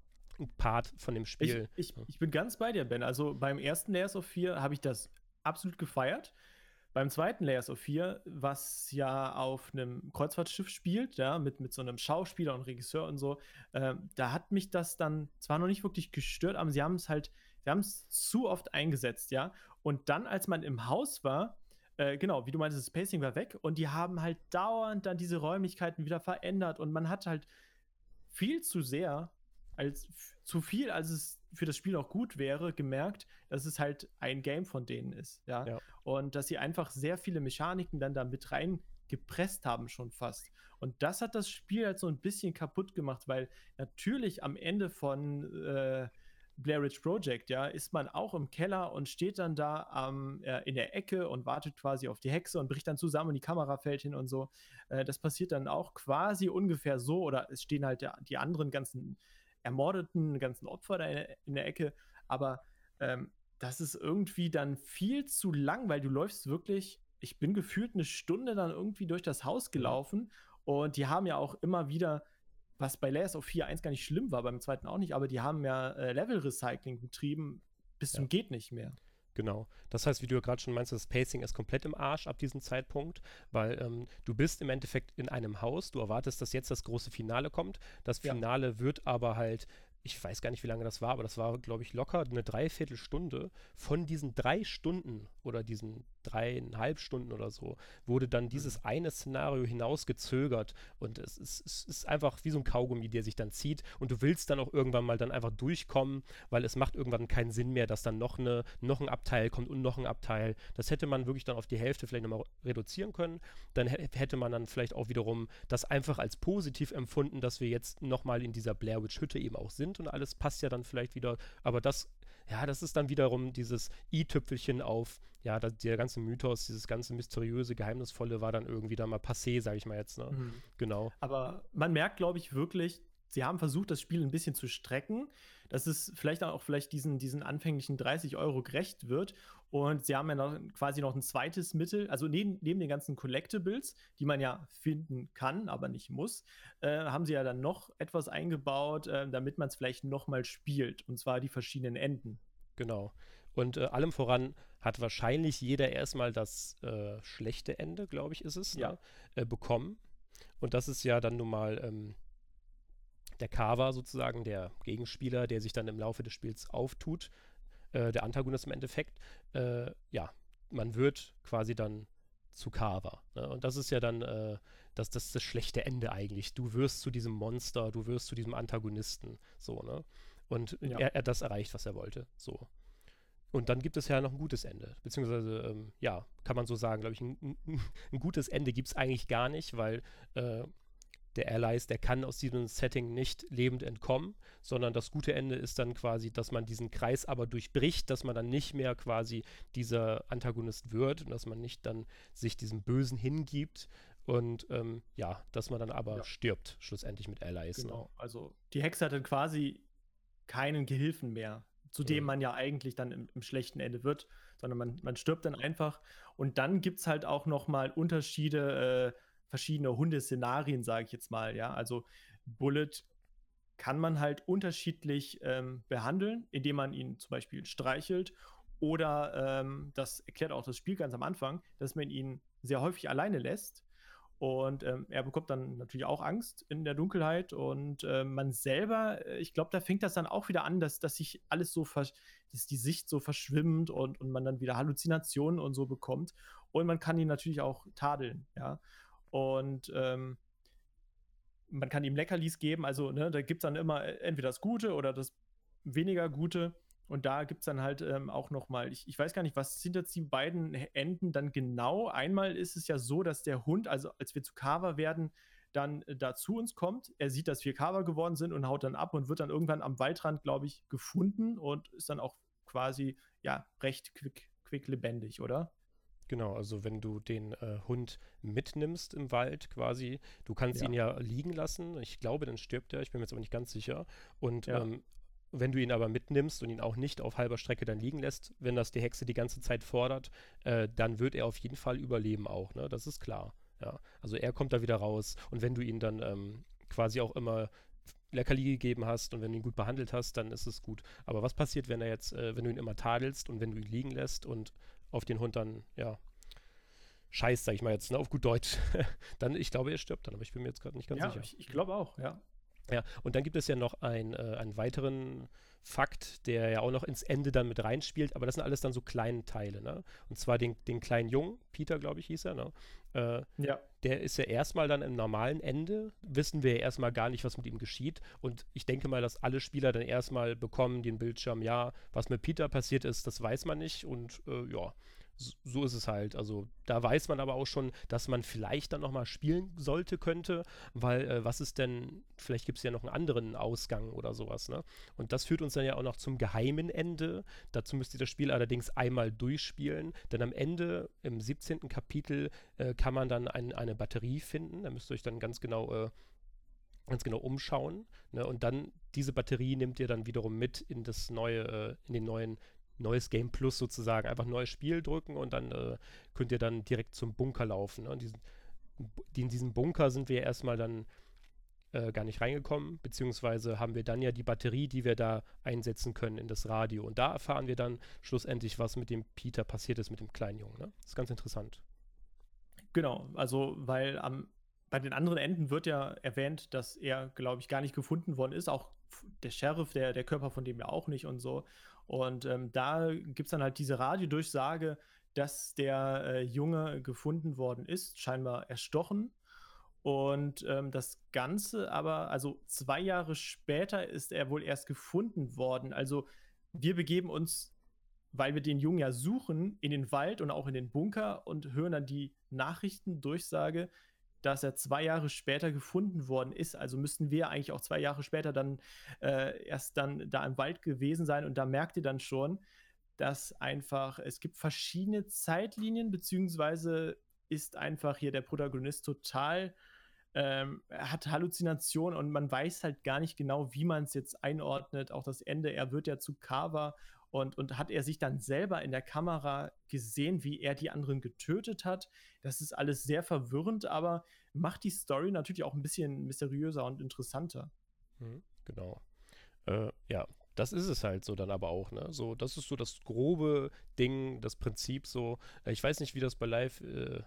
Part von dem Ich, Spiel. ich, Ne? ich bin ganz bei dir, Ben. Also beim ersten Layers of Fear habe ich das absolut gefeiert. Beim zweiten Layers of Fear, was ja auf einem Kreuzfahrtschiff spielt, ja, mit, mit so einem Schauspieler und Regisseur und so, ähm, da hat mich das dann zwar noch nicht wirklich gestört, aber sie haben es halt, sie haben es zu oft eingesetzt, ja. Und dann, als man im Haus war, äh, genau, wie du meintest, das Pacing war weg und die haben halt dauernd dann diese Räumlichkeiten wieder verändert und man hat halt viel zu sehr, als f- zu viel, als es für das Spiel auch gut wäre, gemerkt, dass es halt ein Game von denen ist, ja. Ja. Und dass sie einfach sehr viele Mechaniken dann da mit reingepresst haben, schon fast. Und das hat das Spiel halt so ein bisschen kaputt gemacht, weil natürlich am Ende von äh, Blair Witch Project, ja, ist man auch im Keller und steht dann da ähm, äh, in der Ecke und wartet quasi auf die Hexe und bricht dann zusammen und die Kamera fällt hin und so. Äh, das passiert dann auch quasi ungefähr so, oder es stehen halt der, die anderen ganzen ermordeten, ganzen Opfer da in der, in der Ecke, aber ähm, das ist irgendwie dann viel zu lang, weil du läufst wirklich, ich bin gefühlt eine Stunde dann irgendwie durch das Haus gelaufen Und die haben ja auch immer wieder, was bei Layers of Fear eins gar nicht schlimm war, beim zweiten auch nicht, aber die haben ja äh, Level-Recycling betrieben bis zum Ja. geht nicht mehr. Genau. Das heißt, wie du ja gerade schon meinst, das Pacing ist komplett im Arsch ab diesem Zeitpunkt, weil ähm, du bist im Endeffekt in einem Haus, du erwartest, dass jetzt das große Finale kommt. Das Ja. Finale wird aber halt, ich weiß gar nicht, wie lange das war, aber das war, glaube ich, locker eine Dreiviertelstunde. Von diesen drei Stunden oder diesen dreieinhalb Stunden oder so, wurde dann dieses eine Szenario hinausgezögert und es ist, es ist einfach wie so ein Kaugummi, der sich dann zieht und du willst dann auch irgendwann mal dann einfach durchkommen, weil es macht irgendwann keinen Sinn mehr, dass dann noch, eine, noch ein Abteil kommt und noch ein Abteil. Das hätte man wirklich dann auf die Hälfte vielleicht nochmal reduzieren können. Dann hätte man dann vielleicht auch wiederum das einfach als positiv empfunden, dass wir jetzt nochmal in dieser Blair Witch Hütte eben auch sind und alles passt ja dann vielleicht wieder, aber das ja, das ist dann wiederum dieses i-Tüpfelchen auf, ja, da, der ganze Mythos, dieses ganze mysteriöse, geheimnisvolle war dann irgendwie dann mal passé, sage ich mal jetzt, ne? Mhm. Genau. Aber man merkt, glaube ich, wirklich, sie haben versucht, das Spiel ein bisschen zu strecken, dass es vielleicht auch vielleicht diesen, diesen anfänglichen dreißig Euro gerecht wird. Und sie haben ja noch, quasi noch ein zweites Mittel, also neben, neben den ganzen Collectibles, die man ja finden kann, aber nicht muss, äh, haben sie ja dann noch etwas eingebaut, äh, damit man es vielleicht noch mal spielt. Und zwar die verschiedenen Enden. Genau. Und äh, allem voran hat wahrscheinlich jeder erstmal das äh, schlechte Ende, glaube ich, ist es, Ja. ne, äh, bekommen. Und das ist ja dann nun mal ähm, der Carver sozusagen, der Gegenspieler, der sich dann im Laufe des Spiels auftut, äh, der Antagonist im Endeffekt. Äh, ja, man wird quasi dann zu Carver. Ne? Und das ist ja dann äh, das, das, das schlechte Ende eigentlich. Du wirst zu diesem Monster, du wirst zu diesem Antagonisten. So, ne? Und Ja. er hat das erreicht, was er wollte. So. Und dann gibt es ja noch ein gutes Ende. Beziehungsweise, ähm, ja, kann man so sagen, glaube ich, ein, ein, ein gutes Ende gibt es eigentlich gar nicht, weil äh, der Allies, der kann aus diesem Setting nicht lebend entkommen, sondern das gute Ende ist dann quasi, dass man diesen Kreis aber durchbricht, dass man dann nicht mehr quasi dieser Antagonist wird und dass man nicht dann sich diesem Bösen hingibt und ähm, ja, dass man dann aber Ja. stirbt, schlussendlich mit Allies. Genau. Ne? Also die Hexe hat dann quasi keinen Gehilfen mehr, zu dem Mhm. man ja eigentlich dann im, im schlechten Ende wird, sondern man, man stirbt dann einfach. Und dann gibt es halt auch noch mal Unterschiede, äh, verschiedene Hundeszenarien, sage ich jetzt mal, ja. Also Bullet kann man halt unterschiedlich ähm, behandeln, indem man ihn zum Beispiel streichelt oder, ähm, das erklärt auch das Spiel ganz am Anfang, dass man ihn sehr häufig alleine lässt. Und ähm, er bekommt dann natürlich auch Angst in der Dunkelheit. Und äh, man selber, äh, ich glaube, da fängt das dann auch wieder an, dass, dass sich alles so, dass die Sicht so verschwimmt und, und man dann wieder Halluzinationen und so bekommt. Und man kann ihn natürlich auch tadeln, ja. Und ähm, man kann ihm Leckerlis geben. Also, ne, da gibt es dann immer entweder das Gute oder das weniger Gute. Und da gibt es dann halt ähm, auch noch mal, ich, ich weiß gar nicht, was sind jetzt die beiden Enden dann genau? Einmal ist es ja so, dass der Hund, also als wir zu Carver werden, dann äh, da zu uns kommt. Er sieht, dass wir Carver geworden sind und haut dann ab und wird dann irgendwann am Waldrand, glaube ich, gefunden und ist dann auch quasi, ja, recht quick, quick lebendig, oder? Genau, also wenn du den äh, Hund mitnimmst im Wald quasi, du kannst Ja. ihn ja liegen lassen. Ich glaube, dann stirbt er, ich bin mir jetzt aber nicht ganz sicher. Und Ja. ähm, wenn du ihn aber mitnimmst und ihn auch nicht auf halber Strecke dann liegen lässt, wenn das die Hexe die ganze Zeit fordert, äh, dann wird er auf jeden Fall überleben auch, ne? Das ist klar. Ja, also er kommt da wieder raus und wenn du ihn dann ähm, quasi auch immer Leckerli gegeben hast und wenn du ihn gut behandelt hast, dann ist es gut. Aber was passiert, wenn er jetzt, äh, wenn du ihn immer tadelst und wenn du ihn liegen lässt und auf den Hund dann, ja, scheiß, sag ich mal jetzt, ne, auf gut Deutsch, dann, ich glaube, er stirbt dann, aber ich bin mir jetzt gerade nicht ganz Ja, sicher. ich, ich glaube auch, ja. Ja, und dann gibt es ja noch ein, äh, einen weiteren Fakt, der ja auch noch ins Ende dann mit reinspielt, aber das sind alles dann so kleine Teile, ne? Und zwar den, den kleinen Jungen, Peter, glaube ich, hieß er, ne? Äh, Ja. der ist ja erstmal dann im normalen Ende, wissen wir ja erstmal gar nicht, was mit ihm geschieht. Und ich denke mal, dass alle Spieler dann erstmal bekommen den Bildschirm, ja, was mit Peter passiert ist, das weiß man nicht. Und äh, ja, so, so ist es halt. Also da weiß man aber auch schon, dass man vielleicht dann nochmal spielen sollte, könnte, weil äh, was ist denn, vielleicht gibt es ja noch einen anderen Ausgang oder sowas, ne? Und das führt uns dann ja auch noch zum geheimen Ende. Dazu müsst ihr das Spiel allerdings einmal durchspielen, denn am Ende, im siebzehnten Kapitel, äh, kann man dann ein, eine Batterie finden. Da müsst ihr euch dann ganz genau, äh, ganz genau umschauen. Ne? Und dann, diese Batterie nimmt ihr dann wiederum mit in das neue, äh, in den neuen neues Game Plus sozusagen. Einfach neues Spiel drücken und dann äh, könnt ihr dann direkt zum Bunker laufen. Ne? Und diesen in diesen Bunker sind wir erstmal dann äh, gar nicht reingekommen, beziehungsweise haben wir dann ja die Batterie, die wir da einsetzen können in das Radio. Und da erfahren wir dann schlussendlich, was mit dem Peter passiert ist, mit dem kleinen Jungen. Ne? Das ist ganz interessant. Genau, also weil am, bei den anderen Enden wird ja erwähnt, dass er, glaube ich, gar nicht gefunden worden ist. Auch der Sheriff, der, der Körper von dem ja auch nicht und so. Und ähm, da gibt es dann halt diese Radiodurchsage, dass der äh, Junge gefunden worden ist, scheinbar erstochen. Und ähm, das Ganze aber, also zwei Jahre später ist er wohl erst gefunden worden. Also wir begeben uns, weil wir den Jungen ja suchen, in den Wald und auch in den Bunker und hören dann die Nachrichtendurchsage, dass er zwei Jahre später gefunden worden ist. Also müssten wir eigentlich auch zwei Jahre später dann äh, erst dann da im Wald gewesen sein. Und da merkt ihr dann schon, dass einfach, es gibt verschiedene Zeitlinien, beziehungsweise ist einfach hier der Protagonist total, ähm, er hat Halluzinationen und man weiß halt gar nicht genau, wie man es jetzt einordnet. Auch das Ende, er wird ja zu Carver und, und hat er sich dann selber in der Kamera gesehen, wie er die anderen getötet hat. Das ist alles sehr verwirrend, aber macht die Story natürlich auch ein bisschen mysteriöser und interessanter. Mhm, genau. Äh, ja, das ist es halt so dann aber auch, ne? So, das ist so das grobe Ding, das Prinzip so. Äh, ich weiß nicht, wie das bei Live, äh,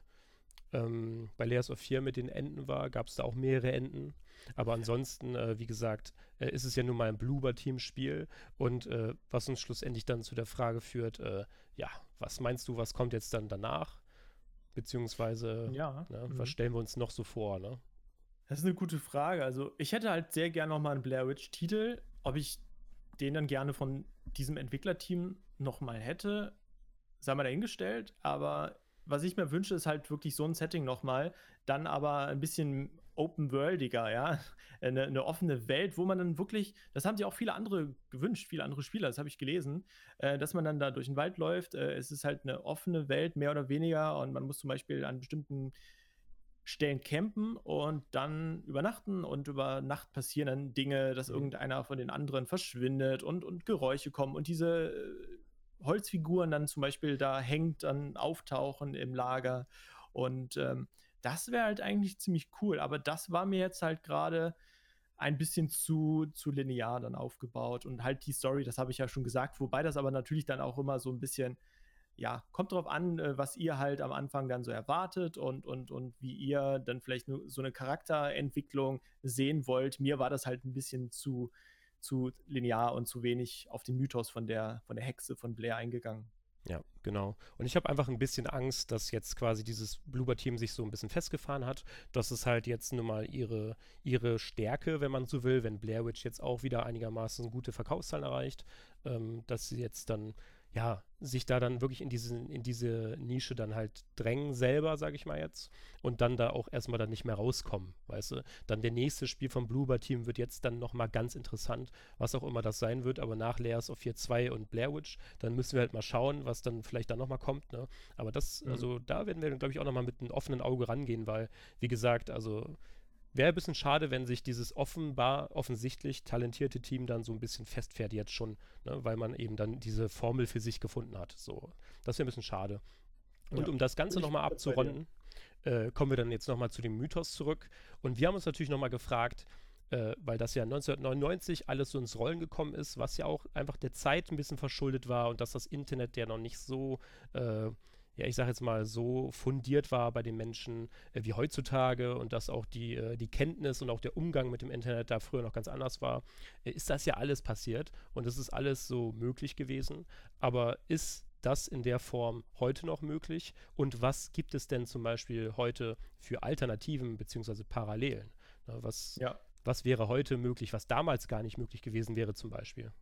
ähm, bei Layers of Fear mit den Enden war. Gab es da auch mehrere Enden? Aber ansonsten, äh, wie gesagt, äh, ist es ja nun mal ein Bloober-Team-Spiel und äh, was uns schlussendlich dann zu der Frage führt, äh, ja, was meinst du, was kommt jetzt dann danach? Beziehungsweise, Ja. ne, Mhm. was stellen wir uns noch so vor, ne? Das ist eine gute Frage. Also, ich hätte halt sehr gerne noch mal einen Blair Witch-Titel. Ob ich den dann gerne von diesem Entwicklerteam noch mal hätte, sei mal dahingestellt. Aber was ich mir wünsche, ist halt wirklich so ein Setting noch mal, dann aber ein bisschen open-worldiger, ja. Eine, eine offene Welt, wo man dann wirklich, das haben sich auch viele andere gewünscht, viele andere Spieler, das habe ich gelesen, äh, dass man dann da durch den Wald läuft. Äh, es ist halt eine offene Welt, mehr oder weniger, und man muss zum Beispiel an bestimmten Stellen campen und dann übernachten, und über Nacht passieren dann Dinge, dass Mhm. irgendeiner von den anderen verschwindet und, und Geräusche kommen und diese äh, Holzfiguren dann zum Beispiel da hängt, dann auftauchen im Lager, und ähm, das wäre halt eigentlich ziemlich cool, aber das war mir jetzt halt gerade ein bisschen zu, zu linear dann aufgebaut, und halt die Story, das habe ich ja schon gesagt, wobei das aber natürlich dann auch immer so ein bisschen, ja, kommt drauf an, äh, was ihr halt am Anfang dann so erwartet, und, und, und wie ihr dann vielleicht nur so eine Charakterentwicklung sehen wollt. Mir war das halt ein bisschen zu, zu linear und zu wenig auf den Mythos von der, von der Hexe von Blair eingegangen. Ja, genau. Und ich habe einfach ein bisschen Angst, dass jetzt quasi dieses Bloober-Team sich so ein bisschen festgefahren hat. Das ist halt jetzt nun mal ihre, ihre Stärke, wenn man so will, wenn Blair Witch jetzt auch wieder einigermaßen gute Verkaufszahlen erreicht, ähm, dass sie jetzt dann, ja, sich da dann wirklich in diese, in diese Nische dann halt drängen selber, sage ich mal jetzt, und dann da auch erstmal dann nicht mehr rauskommen, weißt du. Dann der nächste Spiel vom Bloober-Team wird jetzt dann nochmal ganz interessant, was auch immer das sein wird, aber nach Layers of Fear zwei und Blair Witch, dann müssen wir halt mal schauen, was dann vielleicht dann nochmal kommt, ne. Aber das, Mhm. also da werden wir, glaube ich, auch nochmal mit einem offenen Auge rangehen, weil, wie gesagt, also wäre ein bisschen schade, wenn sich dieses offenbar, offensichtlich talentierte Team dann so ein bisschen festfährt jetzt schon, ne, weil man eben dann diese Formel für sich gefunden hat. So, das wäre ein bisschen schade. Und Ja. um das Ganze Bin ich nochmal komplett bei dir. abzuronden, äh, kommen wir dann jetzt nochmal zu dem Mythos zurück. Und wir haben uns natürlich nochmal gefragt, äh, weil das ja neunzehnhundertneunundneunzig alles so ins Rollen gekommen ist, was ja auch einfach der Zeit ein bisschen verschuldet war und dass das Internet ja noch nicht so, äh, ja, ich sage jetzt mal, so fundiert war bei den Menschen äh, wie heutzutage und dass auch die, äh, die Kenntnis und auch der Umgang mit dem Internet da früher noch ganz anders war, äh, ist das ja alles passiert und es ist alles so möglich gewesen. Aber ist das in der Form heute noch möglich? Und was gibt es denn zum Beispiel heute für Alternativen bzw. Parallelen? Na, was, Ja. was wäre heute möglich, was damals gar nicht möglich gewesen wäre zum Beispiel?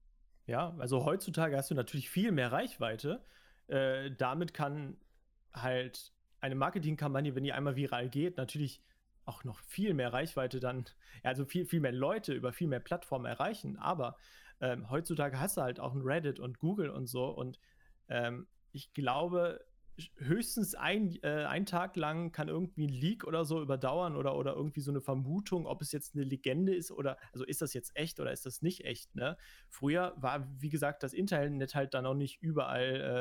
Ja, also heutzutage hast du natürlich viel mehr Reichweite. Äh, damit kann halt eine Marketingkampagne, wenn die einmal viral geht, natürlich auch noch viel mehr Reichweite dann, ja, also viel, viel mehr Leute über viel mehr Plattformen erreichen. Aber ähm, heutzutage hast du halt auch ein Reddit und Google und so. Und ähm, ich glaube, höchstens ein, äh, ein Tag lang kann irgendwie ein Leak oder so überdauern, oder, oder irgendwie so eine Vermutung, ob es jetzt eine Legende ist oder, also ist das jetzt echt oder ist das nicht echt, ne? Früher war, wie gesagt, das Internet halt dann auch nicht überall, äh,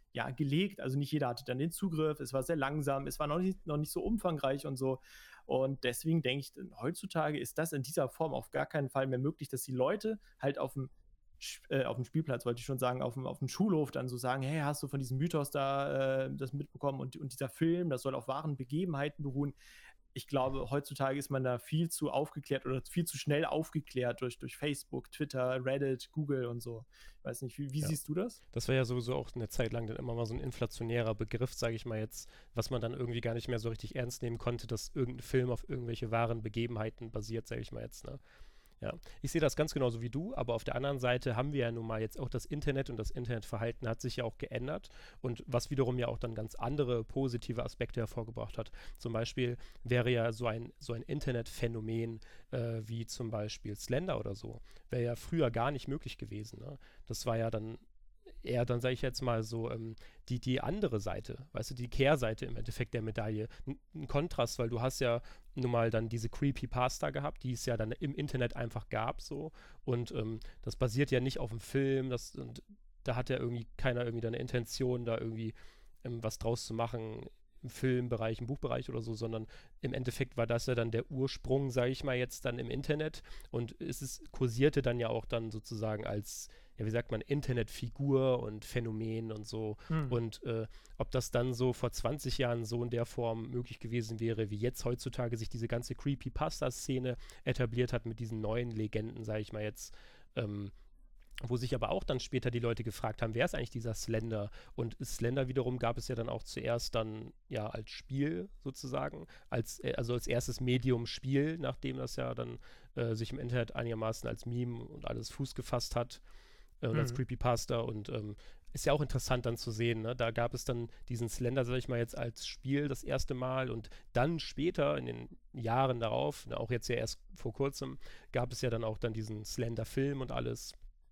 ja, gelegt. Also nicht jeder hatte dann den Zugriff, es war sehr langsam, es war noch nicht, noch nicht so umfangreich und so. Und deswegen denke ich, heutzutage ist das in dieser Form auf gar keinen Fall mehr möglich, dass die Leute halt auf dem äh, auf dem Spielplatz, wollte ich schon sagen, auf dem, auf dem Schulhof dann so sagen, hey, hast du von diesem Mythos da äh, das mitbekommen und, und dieser Film, das soll auf wahren Begebenheiten beruhen. Ich glaube, heutzutage ist man da viel zu aufgeklärt oder viel zu schnell aufgeklärt durch, durch Facebook, Twitter, Reddit, Google und so. Ich weiß nicht, wie, wie Ja. siehst du das? Das war ja sowieso auch eine Zeit lang dann immer mal so ein inflationärer Begriff, sage ich mal jetzt, was man dann irgendwie gar nicht mehr so richtig ernst nehmen konnte, dass irgendein Film auf irgendwelche wahren Begebenheiten basiert, sage ich mal jetzt, ne? Ja, ich sehe das ganz genauso wie du, aber auf der anderen Seite haben wir ja nun mal jetzt auch das Internet und das Internetverhalten hat sich ja auch geändert und was wiederum ja auch dann ganz andere positive Aspekte hervorgebracht hat. Zum Beispiel wäre ja so ein, so ein Internetphänomen äh, wie zum Beispiel Slender oder so, wäre ja früher gar nicht möglich gewesen. Ne? Das war ja dann eher, dann sage ich jetzt mal so, ähm, die, die andere Seite, weißt du, die Kehrseite im Endeffekt der Medaille. N- Ein Kontrast, weil du hast ja nun mal dann diese Creepypasta gehabt, die es ja dann im Internet einfach gab, so. Und ähm, das basiert ja nicht auf dem Film, das, und da hat ja irgendwie keiner irgendwie da eine Intention, da irgendwie ähm, was draus zu machen im Filmbereich, im Buchbereich oder so, sondern im Endeffekt war das ja dann der Ursprung, sage ich mal jetzt, dann im Internet und es ist, kursierte dann ja auch dann sozusagen als, ja, wie sagt man, Internetfigur und Phänomen und so. Hm. Und äh, ob das dann so vor zwanzig Jahren so in der Form möglich gewesen wäre, wie jetzt heutzutage sich diese ganze Creepypasta-Szene etabliert hat mit diesen neuen Legenden, sage ich mal jetzt, ähm, wo sich aber auch dann später die Leute gefragt haben, wer ist eigentlich dieser Slender? Und Slender wiederum gab es ja dann auch zuerst dann ja als Spiel sozusagen, als, äh, also als erstes Medium Spiel, nachdem das ja dann äh, sich im Internet einigermaßen als Meme und alles Fuß gefasst hat äh, und Mhm. als Creepypasta und ähm, ist ja auch interessant dann zu sehen, ne? Da gab es dann diesen Slender, sag ich mal, jetzt als Spiel das erste Mal und dann später in den Jahren darauf, ne, auch jetzt ja erst vor kurzem, gab es ja dann auch dann diesen Slender-Film und alles.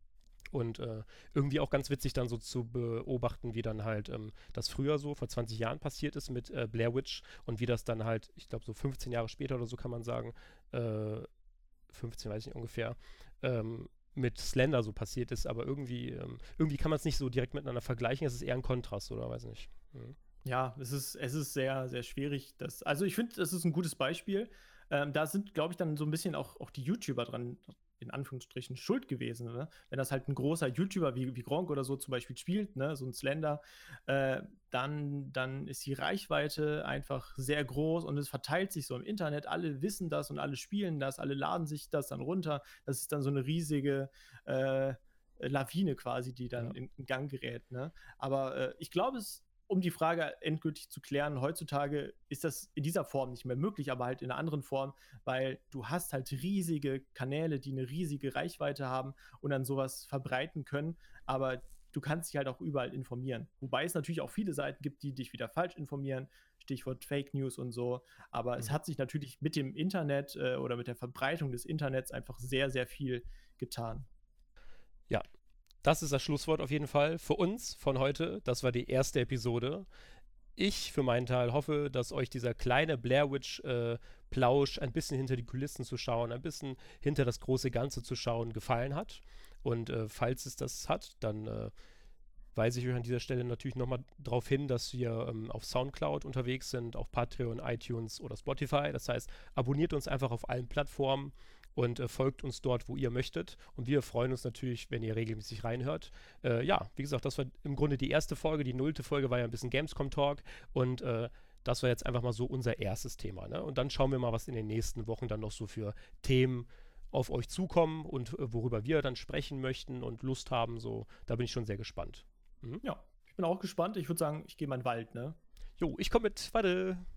Und äh, irgendwie auch ganz witzig dann so zu beobachten, wie dann halt ähm, das früher so vor zwanzig Jahren passiert ist mit äh, Blair Witch und wie das dann halt, ich glaube so fünfzehn Jahre später oder so kann man sagen, äh, fünfzehn weiß ich nicht ungefähr, ähm, mit Slender so passiert ist, aber irgendwie, ähm, irgendwie kann man es nicht so direkt miteinander vergleichen, es ist eher ein Kontrast, oder weiß nicht. Mhm. Ja, es ist, es ist sehr, sehr schwierig. Das, also ich finde, das ist ein gutes Beispiel. Ähm, da sind, glaube ich, dann so ein bisschen auch, auch die YouTuber dran, in Anführungsstrichen, schuld gewesen. Ne? Wenn das halt ein großer YouTuber wie, wie Gronkh oder so zum Beispiel spielt, ne? So ein Slender, äh, dann, dann ist die Reichweite einfach sehr groß und es verteilt sich so im Internet. Alle wissen das und alle spielen das, alle laden sich das dann runter. Das ist dann so eine riesige äh, Lawine quasi, die dann Ja. in, in Gang gerät. Ne? Aber äh, ich glaube, es um die Frage endgültig zu klären, heutzutage ist das in dieser Form nicht mehr möglich, aber halt in einer anderen Form, weil du hast halt riesige Kanäle, die eine riesige Reichweite haben und dann sowas verbreiten können, aber du kannst dich halt auch überall informieren. Wobei es natürlich auch viele Seiten gibt, die dich wieder falsch informieren, Stichwort Fake News und so, aber mhm. es hat sich natürlich mit dem Internet äh, oder mit der Verbreitung des Internets einfach sehr, sehr viel getan. Ja, das ist das Schlusswort auf jeden Fall für uns von heute. Das war die erste Episode. Ich für meinen Teil hoffe, dass euch dieser kleine Blair Witch äh, Plausch, ein bisschen hinter die Kulissen zu schauen, ein bisschen hinter das große Ganze zu schauen, gefallen hat. Und äh, falls es das hat, dann äh, weise ich euch an dieser Stelle natürlich nochmal darauf hin, dass wir ähm, auf Soundcloud unterwegs sind, auf Patreon, iTunes oder Spotify. Das heißt, abonniert uns einfach auf allen Plattformen und äh, folgt uns dort, wo ihr möchtet. Und wir freuen uns natürlich, wenn ihr regelmäßig reinhört. Äh, ja, wie gesagt, das war im Grunde die erste Folge. Die nullte Folge war ja ein bisschen Gamescom-Talk. Und äh, das war jetzt einfach mal so unser erstes Thema. Ne? Und dann schauen wir mal, was in den nächsten Wochen dann noch so für Themen auf euch zukommen und äh, worüber wir dann sprechen möchten und Lust haben. So, da bin ich schon sehr gespannt. Mhm. Ja, ich bin auch gespannt. Ich würde sagen, ich gehe mal in den Wald, ne? Jo, ich komme mit. Warte.